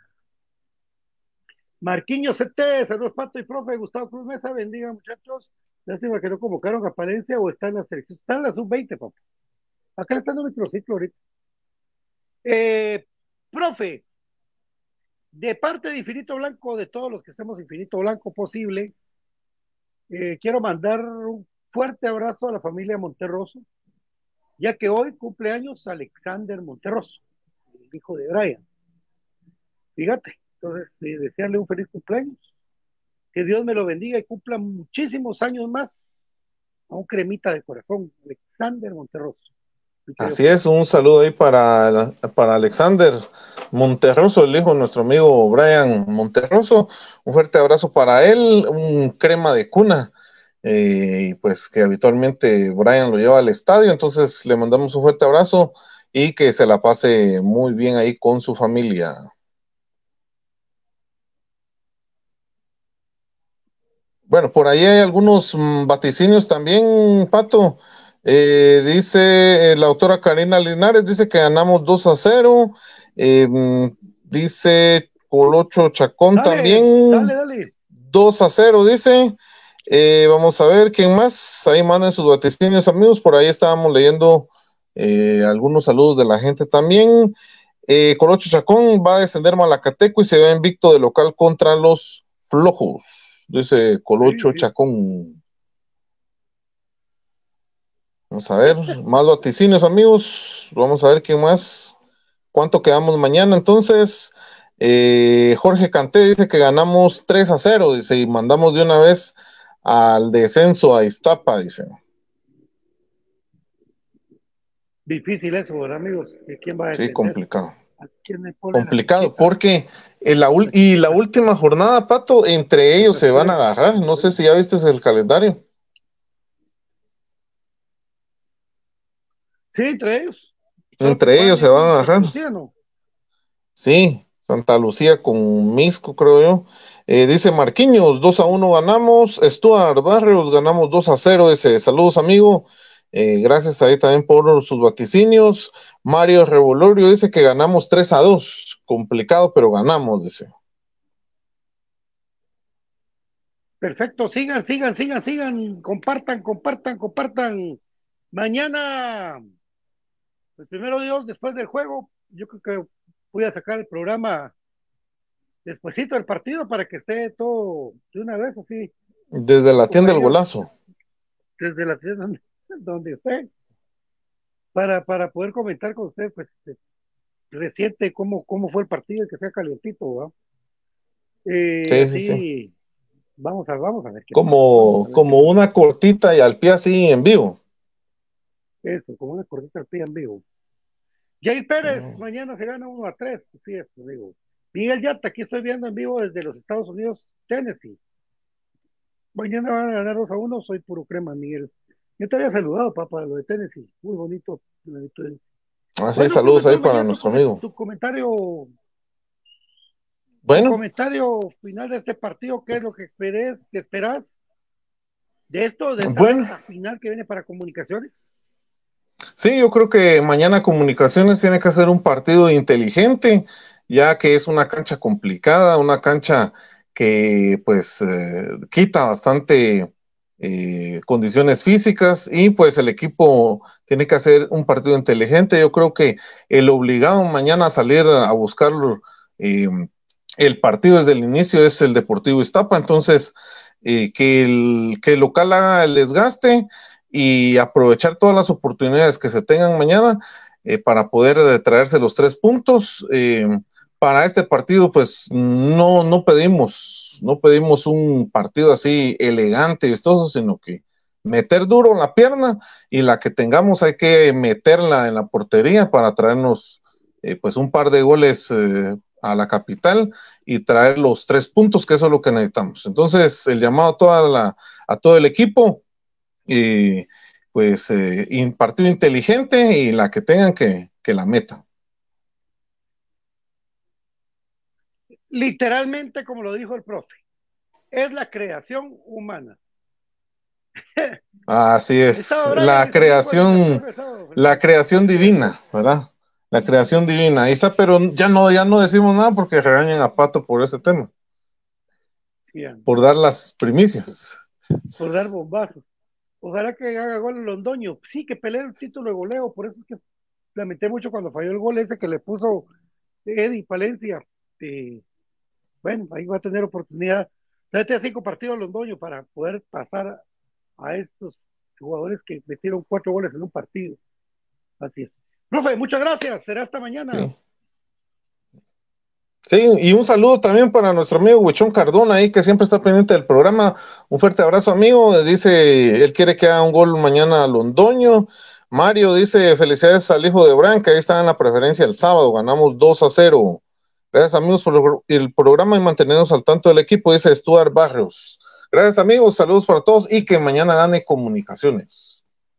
Speaker 1: Marquinhos CT, saludos Pato y profe, Gustavo Cruz Mesa, bendiga muchachos. Lástima que no convocaron a Palencia o está en la selección. Está en la sub-20, papá. Acá está en un microciclo ahorita. Eh, Profe, de parte de Infinito Blanco, de todos los que estemos Infinito Blanco posible, quiero mandar un fuerte abrazo a la familia Monterroso, ya que hoy cumple años Alexander Monterroso, el hijo de Brian. Fíjate, entonces desearle un feliz cumpleaños, que Dios me lo bendiga y cumpla muchísimos años más a un cremita de corazón, Alexander Monterroso, mi querido
Speaker 5: Así
Speaker 1: profe.
Speaker 5: es, un saludo ahí para Alexander Monterroso, el hijo de nuestro amigo Brian Monterroso. Un fuerte abrazo para él, un crema de cuna, y pues que habitualmente Brian lo lleva al estadio, entonces le mandamos un fuerte abrazo y que se la pase muy bien ahí con su familia. Bueno, por ahí hay algunos vaticinios también, Pato. Dice la autora Karina Linares, dice que ganamos 2-0. Dice Colocho Chacón
Speaker 1: Dale, dale,
Speaker 5: también
Speaker 1: dale.
Speaker 5: 2-0, dice. Vamos a ver quién más. Ahí manden sus vaticinios, amigos. Por ahí estábamos leyendo algunos saludos de la gente también. Colocho Chacón va a descender Malacateco y se va invicto de local contra los flojos, dice Colocho
Speaker 1: Sí.
Speaker 5: Chacón. Vamos a ver, más vaticinios, amigos. Vamos a ver quién más. ¿Cuánto quedamos mañana? Entonces, Jorge Canté dice que ganamos 3-0, dice, y mandamos de una vez al descenso a Iztapa, dice.
Speaker 1: Difícil eso, ¿verdad, amigos? ¿Quién va a
Speaker 5: Sí,
Speaker 1: defender?
Speaker 5: complicado.
Speaker 1: ¿A quién le pone
Speaker 5: Complicado,
Speaker 1: la
Speaker 5: porque la última jornada, Pato, entre ellos se van a agarrar. No sé si ya viste el calendario.
Speaker 1: Sí, entre ellos.
Speaker 5: Entre ellos se van a agarrar.
Speaker 1: Luciano.
Speaker 5: Sí, Santa Lucía con Misco, creo yo. Dice Marquinhos, 2-1 ganamos. Stuart Barrios, ganamos 2-0. Dice, saludos, amigo. Gracias ahí también por sus vaticinios. Mario Revolorio dice que ganamos 3-2. Complicado, pero ganamos, dice.
Speaker 1: Perfecto, sigan. Compartan. Mañana, pues primero Dios, después del juego, yo creo que voy a sacar el programa despuesito del partido para que esté todo de una vez así.
Speaker 5: Desde la tienda del Golazo.
Speaker 1: Desde la tienda donde esté, para poder comentar con usted, pues, reciente cómo fue el partido y que sea calientito, ¿verdad?
Speaker 5: Sí.
Speaker 1: Vamos a ver qué
Speaker 5: como una cortita y al pie así en vivo.
Speaker 1: Eso, como una cortita al pie en vivo. Jair Pérez, mañana se gana 1-3, sí es, digo. Miguel Yata, aquí estoy viendo en vivo desde los Estados Unidos, Tennessee. Mañana van a ganar 2-1, soy puro crema, Miguel. Yo te había saludado, papá, lo de Tennessee, muy bonito.
Speaker 5: Así, saludos ahí para nuestro amigo.
Speaker 1: Tu comentario.
Speaker 5: Bueno.
Speaker 1: Tu comentario final de este partido, ¿qué es lo que esperas de esto, de esta recta final que viene para Comunicaciones?
Speaker 5: Sí, yo creo que mañana Comunicaciones tiene que hacer un partido inteligente, ya que es una cancha complicada, una cancha que pues quita bastante condiciones físicas y pues el equipo tiene que hacer un partido inteligente. Yo creo que el obligado mañana a salir a buscar el partido desde el inicio es el Deportivo Iztapa, entonces que el local haga el desgaste y aprovechar todas las oportunidades que se tengan mañana para poder traerse los 3 puntos. Para este partido, pues no pedimos un partido así elegante y vistoso, sino que meter duro la pierna y la que tengamos hay que meterla en la portería para traernos pues un par de goles a la capital y traer los 3 puntos, que eso es lo que necesitamos. Entonces, el llamado a todo el equipo, pues partido inteligente y la que tengan que la metan.
Speaker 1: Literalmente, como lo dijo el profe, es la creación humana.
Speaker 5: Así es, la creación divina, ¿verdad? La creación divina, ahí está, pero ya no decimos nada porque regañan a Pato por ese tema. Por dar las primicias.
Speaker 1: Por dar bombazos. Ojalá que haga gol el Londoño. Sí, que pelee el título de goleo. Por eso es que lamenté mucho cuando falló el gol ese que le puso Eddie Palencia. Bueno, ahí va a tener oportunidad. Date 5 partidos Londoño para poder pasar a estos jugadores que metieron 4 goles en un partido. Así es. Profe, muchas gracias. Será hasta mañana.
Speaker 5: Sí, y un saludo también para nuestro amigo Huichón Cardona ahí que siempre está pendiente del programa. Un fuerte abrazo, amigo. Dice, él quiere que haga un gol mañana a Londoño. Mario dice, felicidades al hijo de Branca, ahí está en la preferencia el sábado, ganamos 2-0. Gracias, amigos, por el programa y mantenernos al tanto del equipo, dice Stuart Barrios. Gracias, amigos, saludos para todos y que mañana gane Comunicaciones.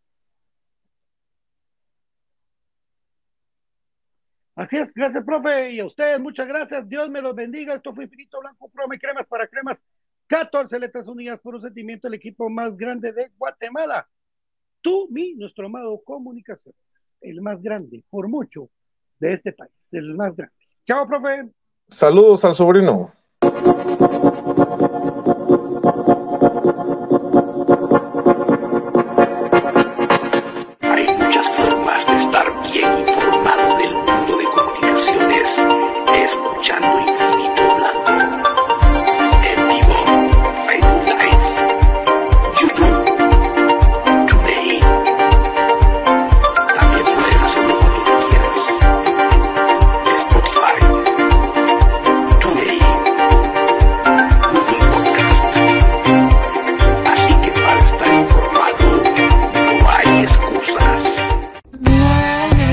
Speaker 1: Así es, gracias, profe, y a ustedes, muchas gracias, Dios me los bendiga. Esto fue Infinito Blanco, Prome Cremas para Cremas, 14 letras unidas por un sentimiento, el equipo más grande de Guatemala. Tú, nuestro amado Comunicaciones, el más grande, por mucho, de este país, el más grande. Chao, profe.
Speaker 5: Saludos al sobrino.
Speaker 4: Hay muchas formas de estar bien informado del mundo de comunicaciones, escuchando Infinito Blanco. En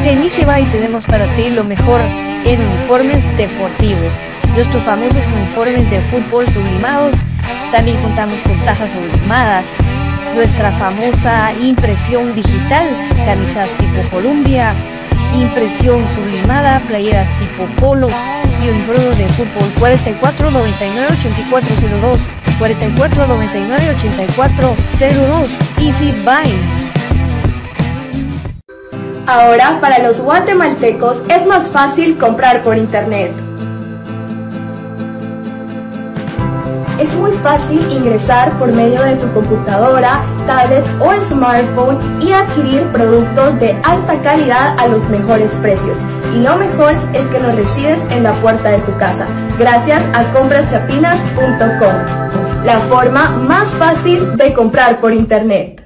Speaker 2: En Easy Buy tenemos para ti lo mejor en uniformes deportivos. Nuestros famosos uniformes de fútbol sublimados. También contamos con tazas sublimadas. Nuestra famosa impresión digital, camisas tipo Columbia, impresión sublimada, playeras tipo polo y uniforme de fútbol 4499-8402, 4499-8402. Easy Buy.
Speaker 3: Ahora, para los guatemaltecos es más fácil comprar por internet. Es muy fácil ingresar por medio de tu computadora, tablet o smartphone y adquirir productos de alta calidad a los mejores precios. Y lo mejor es que los recibes en la puerta de tu casa, gracias a compraschapinas.com, la forma más fácil de comprar por internet.